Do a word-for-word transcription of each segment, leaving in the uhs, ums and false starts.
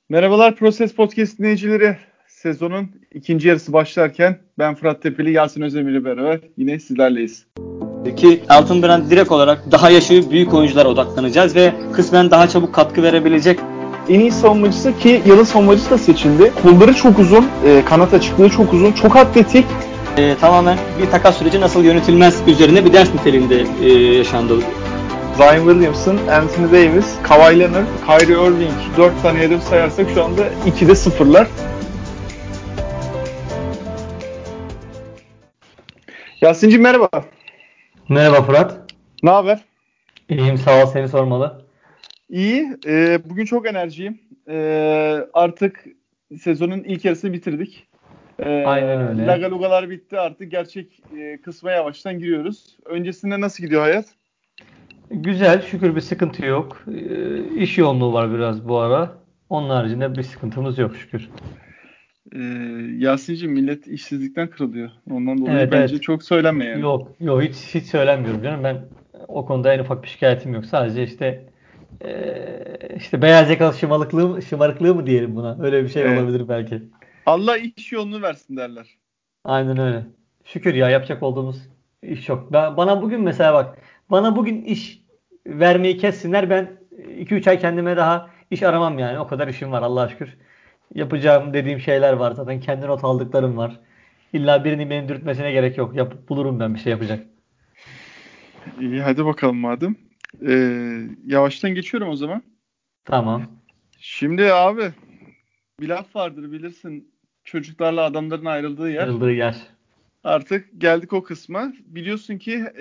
Merhabalar Proses Podcast dinleyicileri. Sezonun ikinci yarısı başlarken ben Fırat Tepeli, Yasin Özdemir ile beraber yine sizlerleyiz. Ki Altın Brand direkt olarak daha yaşı büyük oyunculara odaklanacağız ve kısmen daha çabuk katkı verebilecek. En iyi savunmacısı ki yılın savunmacısı da seçildi. Kolları çok uzun, e, kanat açıklığı çok uzun, çok atletik. E, tamamen bir takas süreci nasıl yönetilmez üzerine bir ders niteliğinde e, yaşandı. Zion Williamson, Anthony Davis, Kawhi Leonard, Kyrie Irving dört tane hedef sayarsak şu anda ikide sıfırlar. Yasin'cim merhaba. Merhaba Fırat. Ne haber? İyiyim, sağ ol, seni sormalı. İyi. E, bugün çok enerjiyim. E, artık sezonun ilk yarısını bitirdik. E, Aynen öyle. Lagalugalar bitti. Artık gerçek e, kısma yavaştan giriyoruz. Öncesinde nasıl gidiyor hayat? Güzel, şükür bir sıkıntı yok. Ee, iş yoğunluğu var biraz bu ara. Onun haricinde bir sıkıntımız yok şükür. Ee, Yasin'cim millet işsizlikten kırılıyor. Ondan dolayı Evet, bence evet. çok söylenme yani. Yok, yok hiç hiç söylenmiyorum canım. Ben o konuda en ufak bir şikayetim yok. Sadece işte ee, işte beyaz yakalı şımarıklığı, şımarıklığı mı diyelim buna? Öyle bir şey Evet. olabilir belki. Allah iş yolunu versin derler. Aynen öyle. Şükür ya, yapacak olduğumuz iş yok. Ben, bana bugün mesela bak, bana bugün iş vermeyi kessinler, ben iki üç ay kendime daha iş aramam yani. O kadar işim var Allah'a şükür. Yapacağım dediğim şeyler var zaten. Kendi not aldıklarım var. İlla birinin beni dürtmesine gerek yok. Yapıp bulurum ben bir şey yapacak. İyi hadi bakalım madem. Ee, yavaştan geçiyorum o zaman. Tamam. Şimdi abi bir laf vardır bilirsin. Çocuklarla adamların ayrıldığı yer. Ayrıldığı yer. Artık geldik o kısma. Biliyorsun ki e,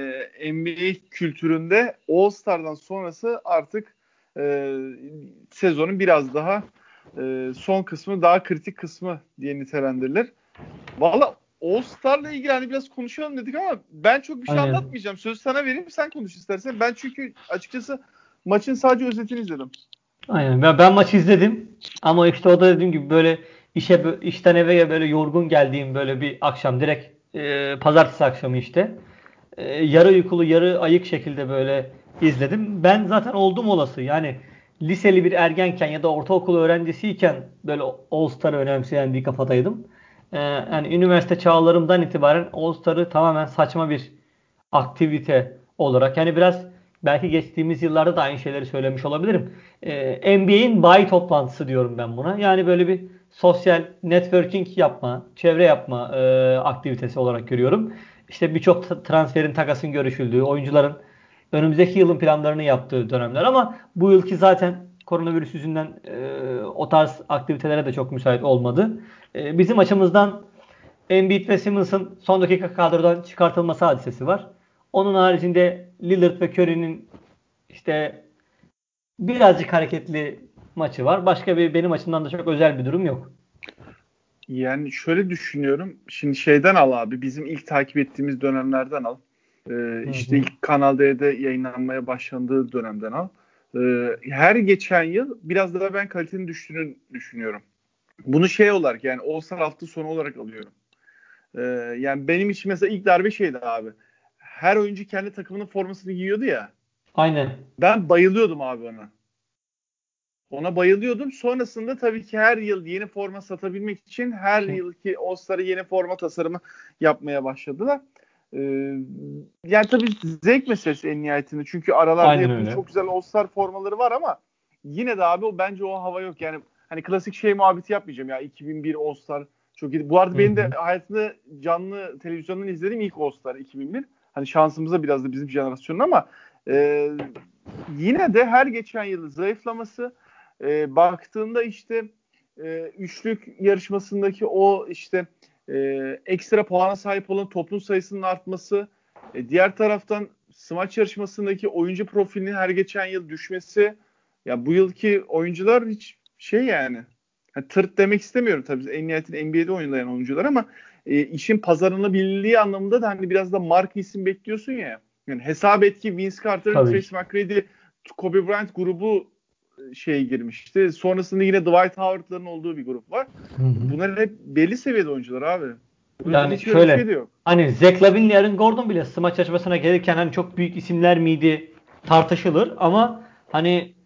N B A kültüründe All-Star'dan sonrası artık e, sezonun biraz daha e, son kısmı, daha kritik kısmı diye nitelendirilir. Valla All-Star'la ilgili hani biraz konuşalım dedik ama ben çok bir şey Aynen. anlatmayacağım. Sözü sana vereyim, sen konuş istersen. Ben çünkü açıkçası maçın sadece özetini izledim. Aynen. Ben, ben maçı izledim ama işte o da dediğim gibi böyle işe işten eve böyle yorgun geldiğim böyle bir akşam, direkt e, pazartesi akşamı işte. E, yarı uykulu yarı ayık şekilde böyle izledim. Ben zaten oldum olası yani liseli bir ergenken ya da ortaokul öğrencisiyken böyle All Star'ı önemseyen bir kafadaydım. E, yani üniversite çağlarımdan itibaren All Star'ı tamamen saçma bir aktivite olarak, yani biraz belki geçtiğimiz yıllarda da aynı şeyleri söylemiş olabilirim. Ee, N B A'in bayi toplantısı diyorum ben buna. Yani böyle bir sosyal networking yapma, çevre yapma e, aktivitesi olarak görüyorum. İşte birçok transferin, takasın görüşüldüğü, oyuncuların önümüzdeki yılın planlarını yaptığı dönemler, ama bu yılki zaten koronavirüs yüzünden e, o tarz aktivitelere de çok müsait olmadı. E, bizim açımızdan Embiid ve Simmons'ın son dakika kadrodan çıkartılması hadisesi var. Onun haricinde Lillard ve Curry'nin işte birazcık hareketli maçı var. Başka bir benim açımdan da çok özel bir durum yok. Yani şöyle düşünüyorum. Şimdi şeyden al abi. Bizim ilk takip ettiğimiz dönemlerden al. Ee, işte Hı hı. ilk Kanal D'de yayınlanmaya başlandığı dönemden al. Ee, her geçen yıl biraz daha ben kalitenin düştüğünü düşünüyorum. Bunu şey olarak yani All-Star hafta sonu olarak alıyorum. Ee, yani benim için mesela ilk darbe şeydi abi. Her oyuncu kendi takımının formasını giyiyordu ya. Aynen. Ben bayılıyordum abi ona. Ona bayılıyordum. Sonrasında tabii ki her yıl yeni forma satabilmek için her Şey, yılki All-Star'ı yeni forma tasarımı yapmaya başladılar. Ee, yani tabii zevk meselesi en nihayetinde. Çünkü aralarda aynen yapılmış öyle. çok güzel All-Star formaları var ama yine de abi o bence o hava yok. Yani hani klasik şey muhabbeti yapmayacağım ya. iki bin bir All-Star çok iyi. Bu arada Hı benim de hı. hayatımda canlı televizyondan izlediğim ilk All-Star iki bin bir. Hani şansımıza biraz da bizim jenerasyonun ama e, yine de her geçen yıl zayıflaması, e, baktığında işte e, üçlük yarışmasındaki o işte e, ekstra puana sahip olan toplum sayısının artması, e, diğer taraftan smaç yarışmasındaki oyuncu profilinin her geçen yıl düşmesi, ya bu yılki oyuncular hiç şey yani, yani tırt demek istemiyorum tabii en nihayetinde N B A'de oynayan oyuncular ama e, işin pazarlanabilirliği anlamında da hani biraz da marka isim bekliyorsun ya. Yani hesap et ki Vince Carter'ın, Tabii Tracy ki. McGrady, Kobe Bryant grubu şey girmişti. Sonrasında yine Dwight Howard'ların olduğu bir grup var. Hı hı. Bunlar hep belli seviyede oyuncular abi. Burada Yani hiç öyle bir şey şöyle, de yok. hani Zach LaVine'le Aaron Gordon bile smaç yarışmasına gelirken hani çok büyük isimler miydi tartışılır, ama hani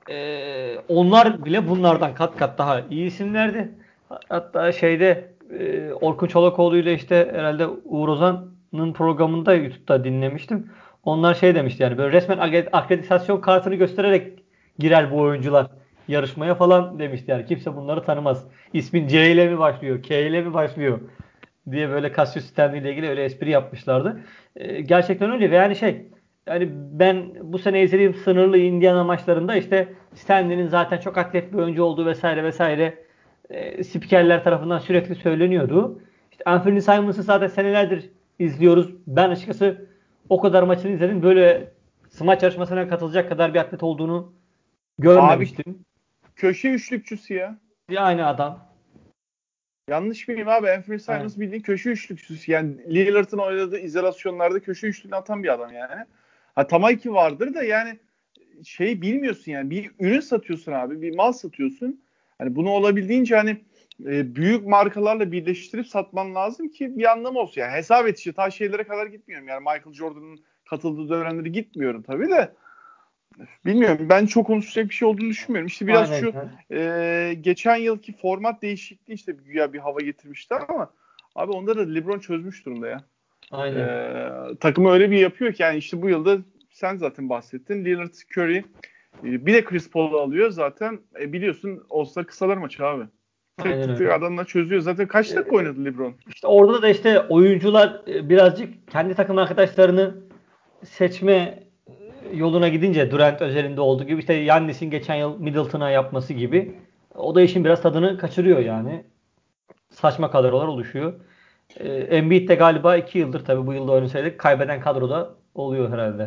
Ee, onlar bile bunlardan kat kat daha iyi isimlerdi. Hatta şeyde e, Orkun Çolakoğlu ile işte herhalde Uğur Ozan'ın programında YouTube'da dinlemiştim. Onlar şey demişti, yani böyle resmen akreditasyon kartını göstererek girer bu oyuncular yarışmaya falan demişti. Yani kimse bunları tanımaz. İsmin C ile mi başlıyor, K ile mi başlıyor diye böyle Cassius Stanley ile ilgili öyle espri yapmışlardı. Ee, gerçekten öyle ve yani şey, yani ben bu sene izlediğim sınırlı Indiana maçlarında işte Stanley'nin zaten çok atlet bir oyuncu olduğu vesaire vesaire e, spikerler tarafından sürekli söyleniyordu. İşte Anthony Simons'ı zaten senelerdir izliyoruz. Ben açıkçası o kadar maçını izledim. Böyle smaç yarışmasına katılacak kadar bir atlet olduğunu Abi görmemiştim. köşe üçlükçüsü ya. Bir aynı adam. Yanlış mıyım abi? Anthony Simons bildiğin köşe üçlükçüsü. Yani Lillard'ın oynadığı izolasyonlarda köşe üçlüğünü atan bir adam yani. Ha tamam ki vardır da yani şey bilmiyorsun yani. Bir ürün satıyorsun abi. Bir mal satıyorsun. Hani bunu olabildiğince hani e, büyük markalarla birleştirip satman lazım ki bir anlamı olsun. Yani hesap et işte ta şeylere kadar gitmiyorum. Yani Michael Jordan'ın katıldığı dönemleri gitmiyorum tabii de. Bilmiyorum. Ben çok konuşacak bir şey olduğunu düşünmüyorum. İşte biraz Aynen. şu e, geçen yılki format değişikliği işte güya bir hava getirmişler ama abi onda da LeBron çözmüş durumda ya. Aynen. E, takımı öyle bir yapıyor ki yani işte bu yılda sen zaten bahsettin. Lillard, Curry e, bir de Chris Paul'u alıyor zaten. E, biliyorsun All-Star kısalar maçı abi. Tık Aynen tık tık öyle. adamlar çözüyor. Zaten kaç dakika oynadı LeBron? İşte orada da işte oyuncular e, birazcık kendi takım arkadaşlarını seçme yoluna gidince Durant özelinde olduğu gibi işte Yannis'in geçen yıl Middleton'a yapması gibi o da işin biraz tadını kaçırıyor yani. Saçma kadrolar oluşuyor. Ee, Embiid de galiba iki yıldır tabii bu yılda oynasaydık kaybeden kadroda oluyor herhalde.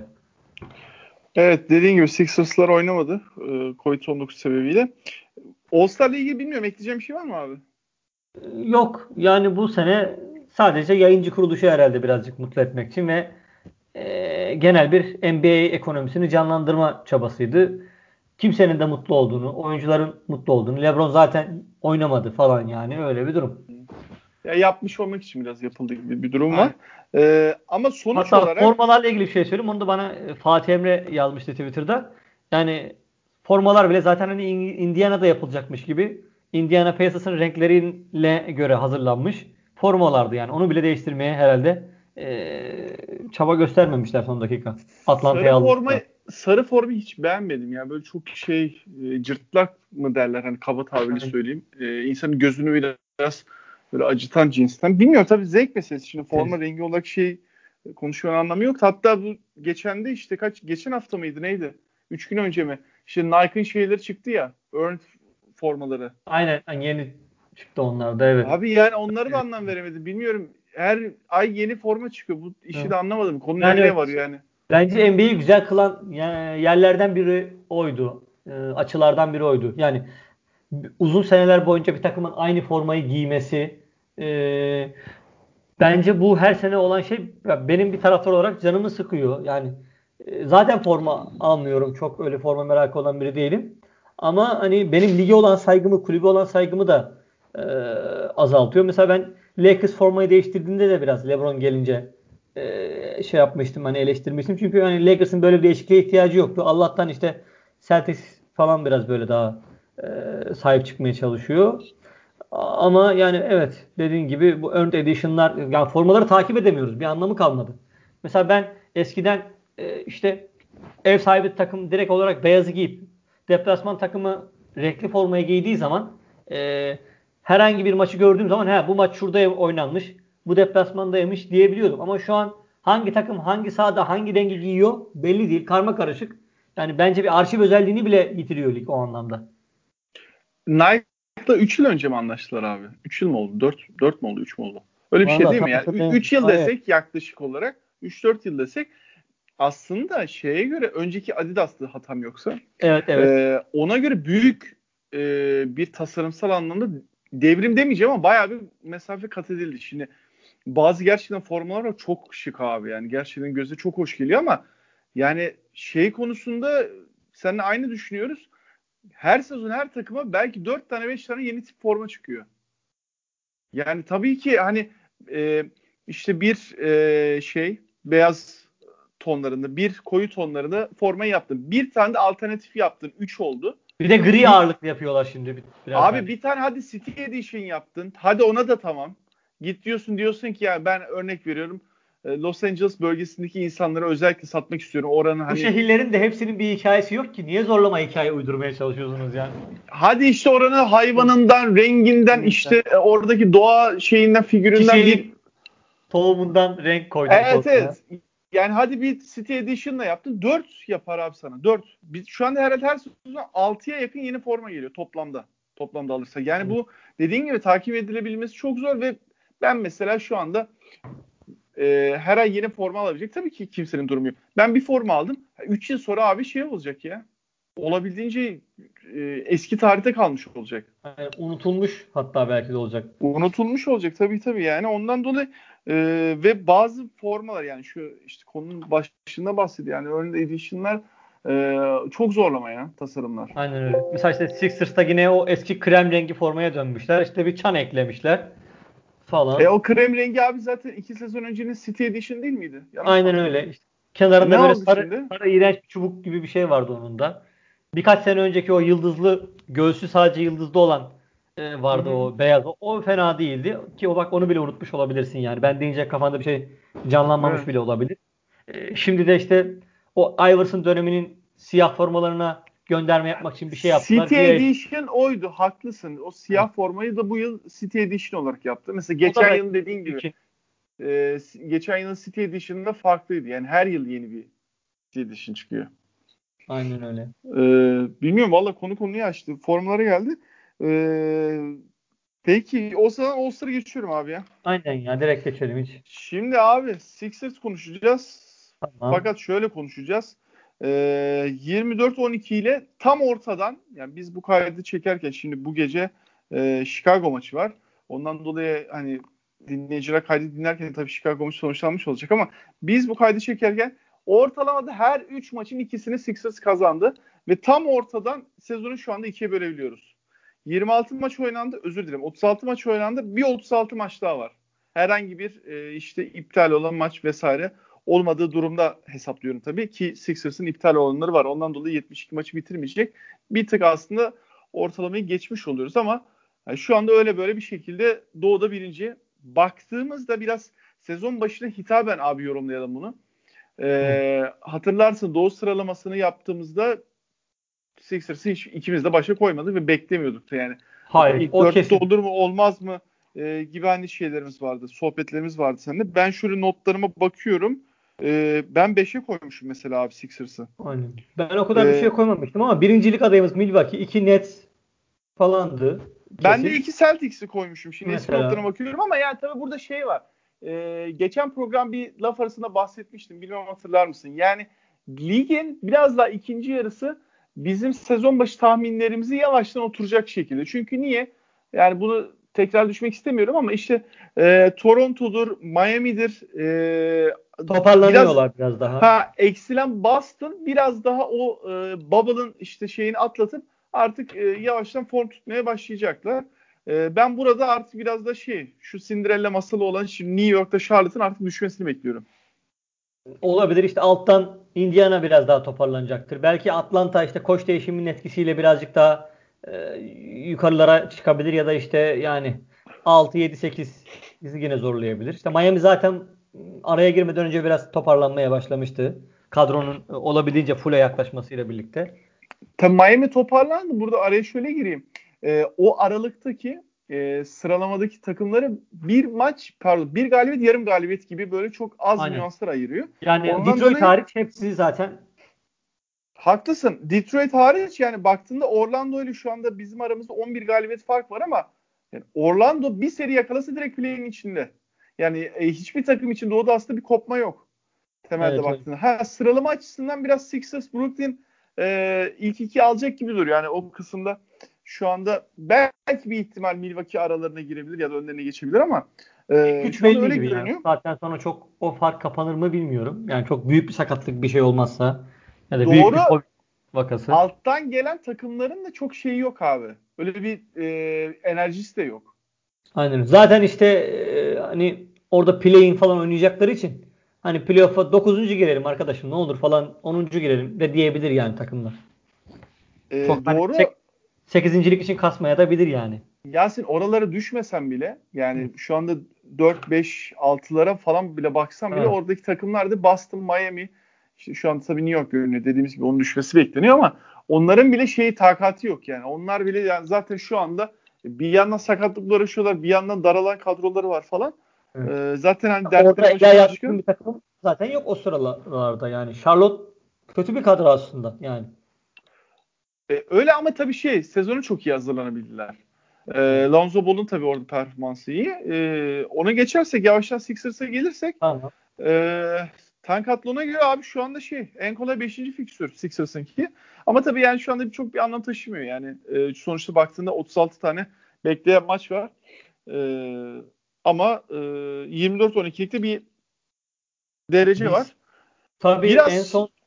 Evet dediğin gibi Sixers'lar oynamadı. E, covid on dokuz sebebiyle. All-Star'la ilgili bilmiyorum. Ekleyeceğim bir şey var mı abi? Yok yani bu sene sadece yayıncı kuruluşu herhalde birazcık mutlu etmek için ve e, genel bir N B A ekonomisini canlandırma çabasıydı. Kimsenin de mutlu olduğunu, oyuncuların mutlu olduğunu. LeBron zaten oynamadı falan yani öyle bir durum. Ya yapmış olmak için biraz yapıldığı gibi bir durum var. Aynen. Ee, ama sonuç Hatta olarak formalarla ilgili bir şey söyleyeyim. Onu da bana e, Fatih Emre yazmıştı Twitter'da. Yani formalar bile zaten hani Indiana'da yapılacakmış gibi. Indiana Pacers'ın renkleriyle göre hazırlanmış formalardı yani. Onu bile değiştirmeye herhalde e, çaba göstermemişler son dakika. sarı Atlanta'ya forma aldılar. sarı formu hiç beğenmedim ya. Böyle çok şey e, cırtlak mı derler hani kaba tabirle Aynen. söyleyeyim. Ee, insanın gözünü biraz böyle acıtan cinsten. Bilmiyorum tabii zevk meselesi. Şimdi forma Evet. rengi olarak şey konuşmanın anlamı yok. Hatta bu geçen de işte kaç geçen hafta mıydı neydi? Üç gün önce mi? İşte Nike'ın şeyleri çıktı ya. Earned formaları. Aynen. Yani yeni çıktı onlar da evet. Abi yani onları da anlam veremedim. Bilmiyorum. Her ay yeni forma çıkıyor. Bu işi Evet. de anlamadım. Konu Yani nereye varıyor yani? bence N B A'yi güzel kılan ya- yerlerden biri oydu. E, açılardan biri oydu. Yani uzun seneler boyunca bir takımın aynı formayı giymesi e, bence bu her sene olan şey ya benim bir taraftar olarak canımı sıkıyor. Yani e, zaten forma almıyorum. Çok öyle forma merakı olan biri değilim. Ama hani benim lige olan saygımı, kulübe olan saygımı da e, azaltıyor. Mesela ben Lakers formayı değiştirdiğinde de biraz LeBron gelince e, şey yapmıştım hani eleştirmiştim. Çünkü hani Lakers'ın böyle bir değişikliğe ihtiyacı yoktu. Allah'tan işte Celtics falan biraz böyle daha e, sahip çıkmaya çalışıyor. Ama yani evet dediğin gibi bu earned edition'lar yani formaları takip edemiyoruz. Bir anlamı kalmadı. Mesela ben eskiden e, işte ev sahibi takım direkt olarak beyazı giyip deplasman takımı renkli formayı giydiği zaman e, herhangi bir maçı gördüğüm zaman ha bu maç şurada oynanmış, bu deplasmandaymış diyebiliyordum. Ama şu an hangi takım hangi sahada hangi rengi giyiyor belli değil. Karma karışık. Yani bence bir arşiv özelliğini bile yitiriyor lig o anlamda. Nike'la üç yıl önce mi anlaştılar abi? üç yıl mı oldu? dört dört mü oldu? üç mü oldu? Öyle bir şey Vallahi değil tam mi? Yani hatırlayamadım. üç yıl Ama evet. desek yaklaşık olarak üç dört yıl desek aslında şeye göre önceki Adidas'tı hatam yoksa. Evet evet. Ee, ona göre büyük e, bir tasarımsal anlamda devrim demeyeceğim ama bayağı bir mesafe kat edildi. Şimdi bazı gerçekten formalar var çok şık abi yani gerçekten göze çok hoş geliyor ama yani şey konusunda seninle aynı düşünüyoruz. Her sezon her takıma belki dört tane beş tane yeni tip forma çıkıyor. Yani tabii ki hani e, işte bir e, şey beyaz tonlarında, bir koyu tonlarında formayı yaptın. Bir tane de alternatif yaptın. Üç oldu. Bir de gri ağırlıklı yapıyorlar şimdi. Biraz Abi yani. bir tane hadi City Edition yaptın. Hadi ona da tamam. Git diyorsun diyorsun ki ya ben örnek veriyorum. Los Angeles bölgesindeki insanlara özellikle satmak istiyorum. Oranın Bu hani şehirlerin de hepsinin bir hikayesi yok ki. Niye zorlama hikaye uydurmaya çalışıyorsunuz yani? hadi işte oranın hayvanından, renginden, işte oradaki doğa şeyinden, figüründen bir Çiçeğin tohumundan renk koydunuz evet ortaya. evet. Yani hadi bir City Edition'la yaptın. Dört yapar abi sana. Dört. Biz şu anda herhalde her sezon altıya yakın yeni forma geliyor toplamda. Toplamda alırsa. Yani bu dediğin gibi takip edilebilmesi çok zor ve ben mesela şu anda e, her ay yeni forma alabilecek. Tabii ki kimsenin durumu yok. Ben bir forma aldım. Üç yıl sonra abi şey olacak ya. Olabildiğince e, eski tarihte kalmış olacak. Yani unutulmuş hatta belki de olacak. Unutulmuş olacak tabii tabii yani ondan dolayı e, ve bazı formalar yani şu işte konunun başında bahsediyor yani örneğin edition'lar e, çok zorlama ya tasarımlar. Aynen öyle. Mesela işte Sixers'ta yine o eski krem rengi formaya dönmüşler. İşte bir çan eklemişler E falan. o krem rengi abi zaten iki sezon öncenin City Edition değil miydi? Yanlış mı Aynen öyle. hatırlıyorum? İşte E, ne kenarında böyle oldu sarı, şimdi? sarı iğrenç bir çubuk gibi bir şey vardı onun da. Birkaç sene önceki o yıldızlı, göğsü sadece yıldızlı olan e, Hı vardı hı. o beyaz. O, o fena değildi. Ki o bak onu bile unutmuş olabilirsin yani. Ben deyince kafanda bir şey canlanmamış Evet. bile olabilir. E, şimdi de işte o Iverson döneminin siyah formalarına gönderme yapmak için bir şey yaptılar. City Güya Edition oydu. Haklısın. O siyah formayı da bu yıl City Edition olarak yaptı. Mesela o da geçen belki yılın dediğin gibi için. e, geçen yılın City Edition'da farklıydı. Yani her yıl yeni bir City Edition çıkıyor. Aynen öyle. Ee, bilmiyorum valla konu konuyu açtı. Formlara geldi. Ee, peki o zaman All-Star'a geçiyorum abi ya. Aynen ya direkt geçelim hiç. Şimdi abi Sixers konuşacağız. Tamam. Fakat şöyle konuşacağız. Ee, yirmi dört on iki ile tam ortadan yani biz bu kaydı çekerken şimdi bu gece e, Chicago maçı var. Ondan dolayı hani dinleyiciler kaydı dinlerken tabii Chicago maçı sonuçlanmış olacak ama biz bu kaydı çekerken ortalamada her üç maçın ikisini Sixers kazandı ve tam ortadan sezonu şu anda ikiye bölebiliyoruz. yirmi altı maç oynandı, özür dilerim. otuz altı maç oynandı. Bir otuz altı maç daha var. Herhangi bir e, işte iptal olan maç vesaire olmadığı durumda hesaplıyorum tabii ki Sixers'ın iptal olanları var. Ondan dolayı yetmiş iki maçı bitirmeyecek. Bir tık aslında ortalamayı geçmiş oluyoruz ama yani şu anda öyle böyle bir şekilde Doğu'da birinci. Baktığımızda biraz sezon başına hitaben abi yorumlayalım bunu. Ee, hatırlarsın Doğu sıralamasını yaptığımızda Sixers'ı hiç ikimiz de başa koymadık ve beklemiyorduk da yani. Hatta Hayır ilk o dörtte kesin. olur mu olmaz mı e, gibi hani şeylerimiz vardı. Sohbetlerimiz vardı seninle. Ben şöyle notlarıma bakıyorum. E, ben beşe koymuşum mesela abi Sixers'ı. Aynen. Ben o kadar düşüğe E, koymamıştım ama birincilik adayımız Milwaukee, iki Nets falandı ben de kesin. iki Celtics'i koymuşum. Şimdi eski notlarıma Mesela bakıyorum ama yani tabii burada şey var. E, geçen program bir laf arasında bahsetmiştim. Bilmem hatırlar mısın? Yani ligin biraz daha ikinci yarısı bizim sezon başı tahminlerimizi yavaştan oturacak şekilde. Çünkü niye? Yani bunu tekrar düşmek istemiyorum ama işte e, Toronto'dur, Miami'dir, e, biraz toparlanıyorlar biraz daha. ha eksilen Boston biraz daha o e, bubble'ın işte şeyini atlatıp artık e, yavaştan form tutmaya başlayacaklar. E, ben burada artık biraz da şey şu Cinderella masalı olan şimdi New York'ta Charlotte'ın artık düşmesini bekliyorum. Olabilir işte alttan Indiana biraz daha toparlanacaktır. Belki Atlanta işte koç değişiminin etkisiyle birazcık daha e, yukarılara çıkabilir ya da işte yani altı yedi sekiz bizi yine zorlayabilir. İşte Miami zaten araya girmeden önce biraz toparlanmaya başlamıştı. Kadronun e, olabildiğince full'e yaklaşmasıyla birlikte. Tabii Miami toparlandı. Burada araya şöyle gireyim. E, o aralıktaki e, sıralamadaki takımları bir maç pardon bir galibiyet yarım galibiyet gibi böyle çok az Aynen. nüanslar ayırıyor. Yani Ondan Detroit dolayı hariç hepsi zaten haklısın. Detroit hariç yani baktığında Orlando ile şu anda bizim aramızda on bir galibiyet fark var ama yani Orlando bir seri yakalasa direkt play'in içinde. Yani e, hiçbir takım için Doğu'da aslında bir kopma yok temelde evet, evet. baktığında. Ha sıralama açısından biraz Sixers, Brooklyn e, ilk iki alacak gibi duruyor. Yani o kısımda şu anda belki bir ihtimal Milwaukee aralarına girebilir ya da önlerine geçebilir ama İlk e, üç şu anda belli öyle gibi yani. görünüyor. Saatten sonra çok o fark kapanır mı bilmiyorum. Yani çok büyük bir sakatlık bir şey olmazsa ya da büyük Doğru. bir Covid vakası. Alttan gelen takımların da çok şeyi yok abi. Öyle bir e, enerjisi de yok. Aynen. Zaten işte e, hani orada play-in falan oynayacakları için hani playoff'a dokuzuncu girelim arkadaşım ne olur falan onuncu girelim de diyebilir yani takımlar. Ee, Çok hani doğru. sekizincilik için kasmaya da bilir yani. Yasin, oralara düşmesen bile yani şu anda dört beş altılara falan bile baksan bile Evet. oradaki takımlar da Boston, Miami, işte şu anda tabii New York görünüyor. Dediğimiz gibi onun düşmesi bekleniyor ama onların bile şeyi takati yok yani. Onlar bile yani zaten şu anda bir yandan sakatlıkla uğraşıyorlar, bir yandan daralan kadroları var falan. Evet. Ee, zaten hani Orada dertleri ele başka ayağı başka. düzgün bir takım zaten yok o sıralarda yani. Charlotte kötü bir kadro aslında yani. Ee, öyle ama tabii şey sezonu çok iyi hazırlanabildiler. Ee, Evet. Lonzo Ball'un tabii orada performansı iyi. Ee, ona geçersek yavaştan Sixers'a gelirsek Tamam. Ee, Tankatlon'a göre abi şu anda şey en kolay beşinci fikstür Sixers'ınki. Ama tabii yani şu anda çok bir anlam taşımıyor. Yani e, sonuçta baktığında otuz altı tane bekleyen maç var. Ee, ama e, yirmi dört on ikilikte bir derece Biz var. tabii en Biraz son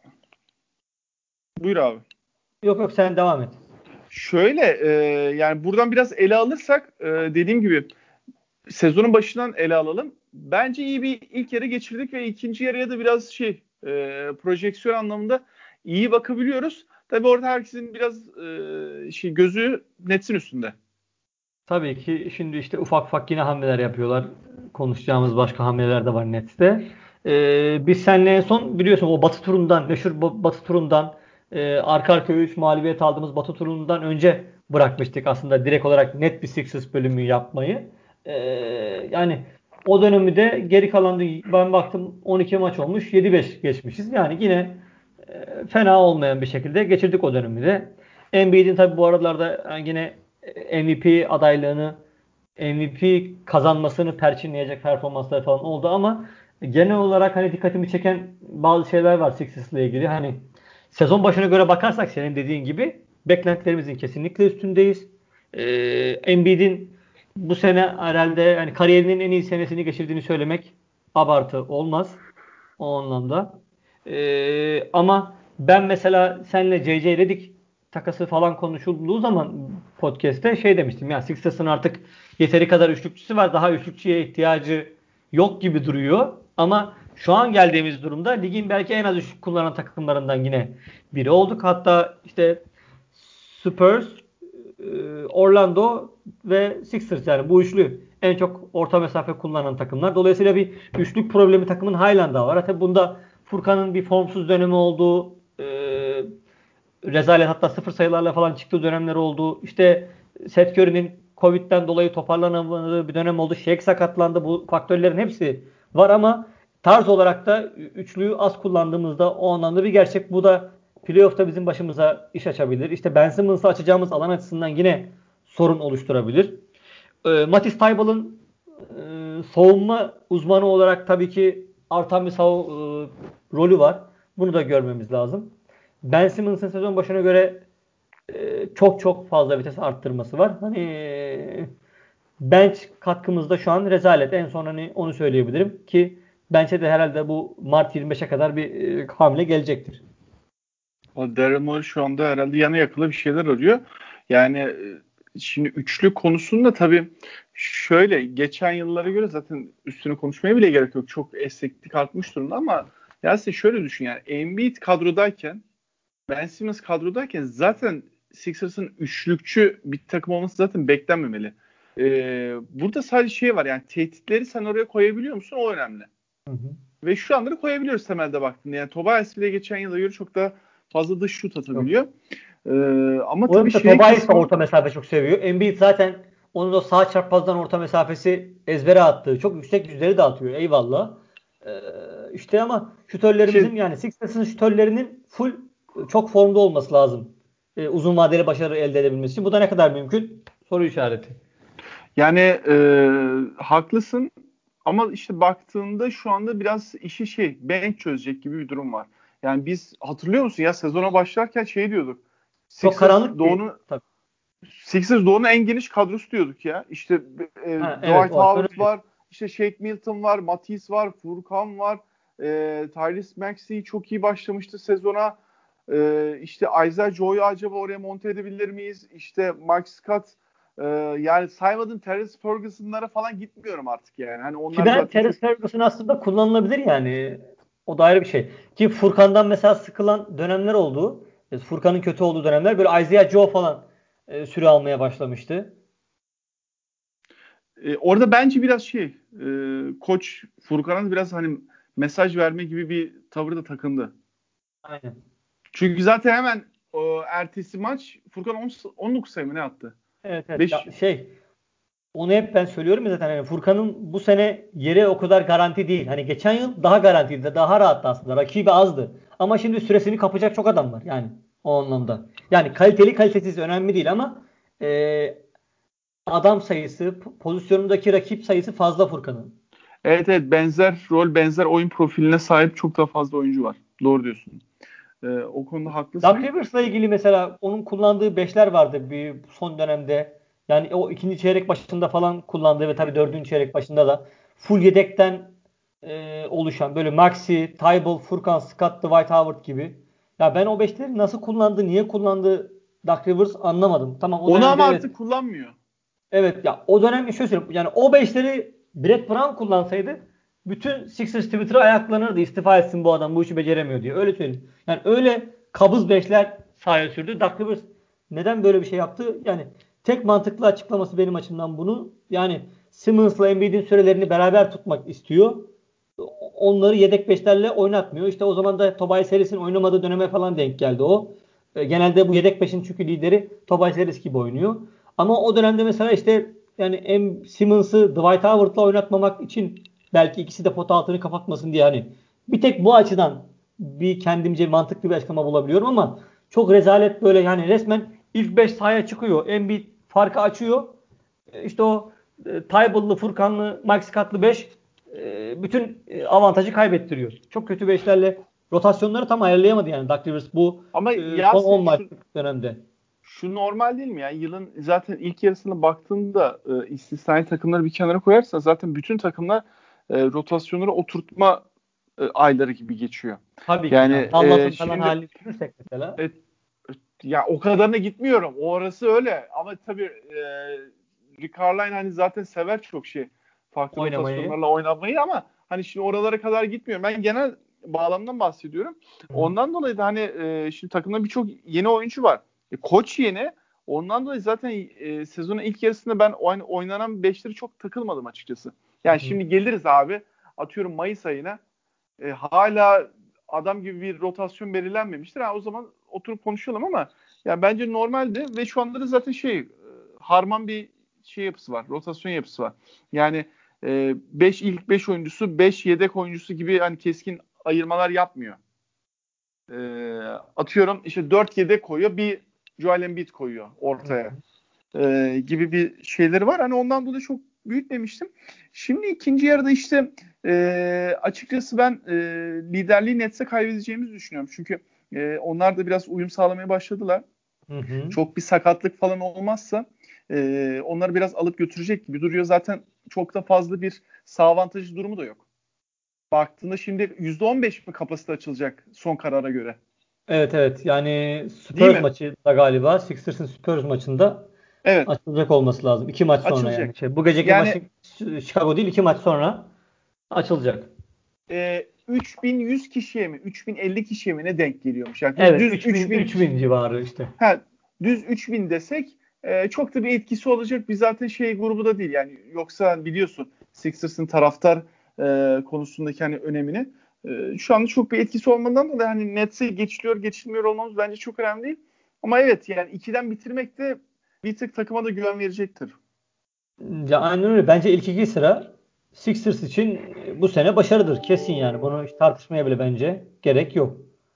buyur abi. yok yok sen devam et. Şöyle e, yani buradan biraz ele alırsak e, dediğim gibi sezonun başından ele alalım. Bence iyi bir ilk yarı geçirdik ve ikinci yarıya da biraz şey e, projeksiyon anlamında iyi bakabiliyoruz. Tabii orada herkesin biraz e, şey gözü Nets'in üstünde. Tabii ki şimdi işte ufak ufak yine hamleler yapıyorlar. Konuşacağımız başka hamleler de var Nets'te. Ee, biz seninle en son biliyorsun o Batı turundan, meşhur Ba- Batı turundan e, arka arkaya üç mağlubiyet aldığımız Batı turundan önce bırakmıştık aslında direkt olarak net bir Sixers bölümü yapmayı. Ee, yani o dönemi de geri kalan ben baktım on iki maç olmuş yedi beş geçmişiz. Yani yine e, fena olmayan bir şekilde geçirdik o dönemi de. Embiid'in tabii bu aralarda yani yine M V P adaylığını M V P kazanmasını perçinleyecek performanslar falan oldu ama genel olarak hani dikkatimi çeken bazı şeyler var Sixers'la ilgili. Hani sezon başına göre bakarsak senin dediğin gibi beklentilerimizin kesinlikle üstündeyiz. Ee, Embiid'in bu sene herhalde hani kariyerinin en iyi senesini geçirdiğini söylemek abartı olmaz o anlamda. Ee, ama ben mesela senle C C Redick takası falan konuşulduğu zaman podcast'te şey demiştim ya Sixers'ın artık yeteri kadar üçlükçüsü var. Daha üçlükçüye ihtiyacı yok gibi duruyor. Ama şu an geldiğimiz durumda ligin belki en az üçlük kullanan takımlarından yine biri olduk. Hatta işte Spurs, e, Orlando ve Sixers yani bu üçlü en çok orta mesafe kullanan takımlar. Dolayısıyla bir üçlük problemi takımın halen daha var. Tabi bunda Furkan'ın bir formsuz dönemi olduğu, e, rezalet hatta sıfır sayılarla falan çıktığı dönemler oldu. İşte Seth Curry'nin Covid'den dolayı toparlanamadığı bir dönem oldu. Shaq sakatlandı. Bu faktörlerin hepsi var ama tarz olarak da üçlüyü az kullandığımızda o anlamda bir gerçek. Bu da playoff'ta bizim başımıza iş açabilir. İşte Ben Simmons'ı açacağımız alan açısından yine sorun oluşturabilir. E, Matisse Thybulle'ın e, savunma uzmanı olarak tabii ki artan bir sav e, rolü var. Bunu da görmemiz lazım. Ben Simmons'ın sezon başına göre e, çok çok fazla vites arttırması var. Hani e, bench katkımızda şu an rezalet. En son hani onu söyleyebilirim ki bench'e de herhalde bu Mart yirmi beşe kadar bir e, hamle gelecektir. O Daryl Morey şu anda herhalde yana yakıla bir şeyler arıyor. Yani e, şimdi üçlü konusunda tabii şöyle geçen yıllara göre zaten üstüne konuşmaya bile gerek yok. Çok esneklik artmış durumda ama ya size şöyle düşün yani Embiid kadrodayken Ben Simmons kadrodayken zaten Sixers'ın üçlükçü bir takım olması zaten beklenmemeli. Ee, burada sadece şey var yani tehditleri sen oraya koyabiliyor musun? O önemli. Hı hı. Ve şu anda da koyabiliyoruz temelde baktığında. Yani Tobias bile geçen yıla göre çok daha fazla dış şut Yok. atabiliyor. Ee, ama O tabii yüzden şey Tobias da kısmı orta mesafe çok seviyor. Embiid zaten onun o sağ çaprazdan orta mesafesi ezbere attığı. Çok yüksek yüzleri de atıyor. Eyvallah. Ee, işte ama şey şütörlerimizin yani Sixers'ın şütörlerinin full çok formda olması lazım. Ee, uzun vadeli başarı elde edebilmesi için. Bu da ne kadar mümkün? Soru işareti. yani e, haklısın ama işte baktığında şu anda biraz işi şey bench çözecek gibi bir durum var. Yani biz hatırlıyor musun ya sezona başlarken şey diyorduk. Çok Sixers karanlık bir Doğu'nun tabii. Sixers Doğu'nun en geniş kadrosu diyorduk ya. İşte e, Ha, evet Dwight o açıdan Howard öyle. var, işte Shake Milton var, Matisse var, Furkan var. E, Tyrese Maxey çok iyi başlamıştı sezona. E, işte Isaiah Joy'u acaba oraya monte edebilir miyiz? İşte Mike Scott Ee, yani saymadığım Terence Ferguson'lara falan gitmiyorum artık yani. Hani onlar Ki ben zaten Terence çok... Ferguson aslında kullanılabilir yani. O da ayrı bir şey. Ki Furkan'dan mesela sıkılan dönemler oldu. E, Furkan'ın kötü olduğu dönemler. Böyle Isaiah Joe falan e, süre almaya başlamıştı. Ee, orada bence biraz şey e, koç Furkan'a biraz hani mesaj verme gibi bir tavır da takındı. Aynen. Çünkü zaten hemen o ertesi maç Furkan on, on dokuz sayı mı ne attı? Evet, evet. beş. Ya şey, onu hep ben söylüyorum ya zaten. Yani Furkan'ın bu sene yeri o kadar garanti değil. Hani geçen yıl daha garantiydi. Daha rahattı aslında. Rakibi azdı. Ama şimdi süresini kapacak çok adam var. Yani o anlamda. Yani kaliteli kalitesiz önemli değil ama e, adam sayısı, p- pozisyonundaki rakip sayısı fazla Furkan'ın. Evet, evet, benzer rol, benzer oyun profiline sahip çok daha fazla oyuncu var. Doğru diyorsun. Ee, o konuda Doug haklısın. Rivers'la ilgili mesela onun kullandığı beşler vardı bir son dönemde. Yani o ikinci çeyrek başında falan kullandığı ve tabii dördüncü çeyrek başında da full yedekten e, oluşan böyle Maxi, Tybal, Furkan, Scott, Dwight Howard gibi. Ya ben o beşleri nasıl kullandı, niye kullandı Doug Rivers anlamadım. Tamam o Onu dönemde ama evet. artık kullanmıyor. Evet ya o dönem şöyle söyleyeyim. Yani o beşleri Brett Brown kullansaydı bütün Sixers Twitter'a ayaklanırdı. İstifa etsin bu adam bu işi beceremiyor diye. Öyle söyleyeyim. Yani öyle kabız beşler sahaya sürdü. Doug Rivers neden böyle bir şey yaptı? Yani tek mantıklı açıklaması benim açımdan bunu. Yani Simmons'la Embiid'in sürelerini beraber tutmak istiyor. Onları yedek beşlerle oynatmıyor. İşte o zaman da Tobias Harris'in oynamadığı döneme falan denk geldi o. E, Genelde bu yedek beşin çünkü lideri Tobias Harris gibi oynuyor. Ama o dönemde mesela işte yani em Simmons'ı Dwight Howard'la oynatmamak için belki ikisi de pot altını kapatmasın diye hani bir tek bu açıdan bir kendimce mantıklı bir açıklama bulabiliyorum ama çok rezalet böyle yani resmen ilk beş sahaya çıkıyor. Embiid farkı açıyor. E, İşte o e, Tybal'lı, Furkanlı, Max Scott'lı beş e, bütün e, avantajı kaybettiriyor. Çok kötü beşlerle rotasyonları tam ayarlayamadı yani Doug Rivers bu Ama e, son on Yasin şu, maçlık dönemde. şu normal değil mi ya? Yılın zaten ilk yarısına baktığında e, istisnai takımları bir kenara koyarsa zaten bütün takımlar e, rotasyonları oturtma e, ayları gibi geçiyor. Tabii ki Yani yani e, Dallas'ın falan şimdi halini düşünürsek mesela. e, ya o kadarına gitmiyorum. O orası öyle. Ama tabii e, Rick Carlisle hani zaten sever çok şey. Farklı Oynamayı. rotasyonlarla oynamayı ama hani şimdi oralara kadar gitmiyorum. Ben genel bağlamdan bahsediyorum. Hı hı. Ondan dolayı da hani e, şimdi takımda birçok yeni oyuncu var. E, koç yeni. Ondan dolayı zaten e, sezonun ilk yarısında ben oyn- oynanan beşleri çok takılmadım açıkçası. Yani Hı hı. şimdi geliriz abi. Atıyorum Mayıs ayına. E, hala adam gibi bir rotasyon belirlenmemiştir. Ha, o zaman oturup konuşalım ama ya bence normaldi ve şu anda da zaten şey e, harman bir şey yapısı var. Rotasyon yapısı var. Yani beş ilk beş oyuncusu, beş yedek oyuncusu gibi hani keskin ayırmalar yapmıyor. E, atıyorum işte dört yedek koyuyor, bir Joel Embiid koyuyor Hı hı. ortaya. E, gibi bir şeyleri var. Hani ondan dolayı çok büyütmemiştim. Şimdi ikinci yarıda işte e, açıkçası ben e, liderliği Nets'e kaybedeceğimizi düşünüyorum. Çünkü e, onlar da biraz uyum sağlamaya başladılar. Hı hı. Çok bir sakatlık falan olmazsa e, onları biraz alıp götürecek gibi duruyor. Zaten çok da fazla bir sağ avantajı durumu da yok. Baktığında şimdi yüzde on beş mi kapasite açılacak son karara göre? Evet, evet yani Değil Spurs mi? maçı da galiba Sixers'ın Spurs maçında Evet. açılacak olması lazım. İki maç sonra yani. Açılacak. Şey, bu geceki Yani maçı Chicago değil iki maç sonra açılacak. e, üç bin yüz kişiye mi, üç bin elli kişiye mi ne denk geliyormuş? Yani Evet düz üç bin üç bin, üç bin civarı işte. ha, düz üç bin desek e, çok da bir etkisi olacak. Biz zaten şey grubu da değil. Yani yoksa biliyorsun Sixers'ın taraftar e, konusundaki hani önemini. E, şu anda çok bir etkisi olmadan dolayı hani Nets'e geçiliyor, geçilmiyor olmamız bence çok önemli değil. Ama evet yani ikiden bitirmek de bir tık takıma da güven verecektir. Ya aynen öyle. Bence ilk iki sıra Sixers için bu sene başarıdır. Kesin yani. Bunu hiç tartışmaya bile bence gerek yok.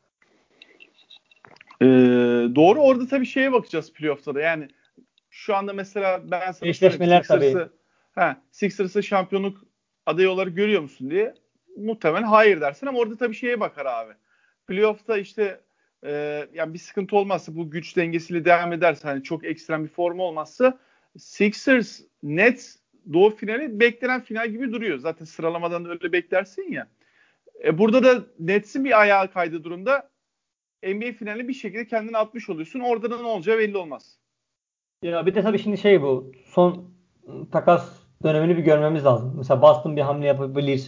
E, doğru, orada tabii şeye bakacağız playoff'ta da. Yani şu anda mesela ben sana sorayım Eşleşmeler tabii. Sixers'ı ha, Sixers'ı şampiyonluk adayı olarak görüyor musun diye. Muhtemelen hayır dersin ama orada tabii şeye bakar abi. Playoff'ta işte e, yani bir sıkıntı olmazsa bu güç dengesiyle devam ederse hani çok ekstrem bir form olmazsa Sixers Nets Doğu finali beklenen final gibi duruyor. Zaten sıralamadan da öyle beklersin ya. E, burada da Nets'in bir ayağı kaydı durumda N B A finali bir şekilde kendini atmış oluyorsun. Orada da ne olacağı belli olmaz. Ya bir de tabii şimdi şey bu. Son takas dönemini bir görmemiz lazım. Mesela Boston bir hamle yapabilir.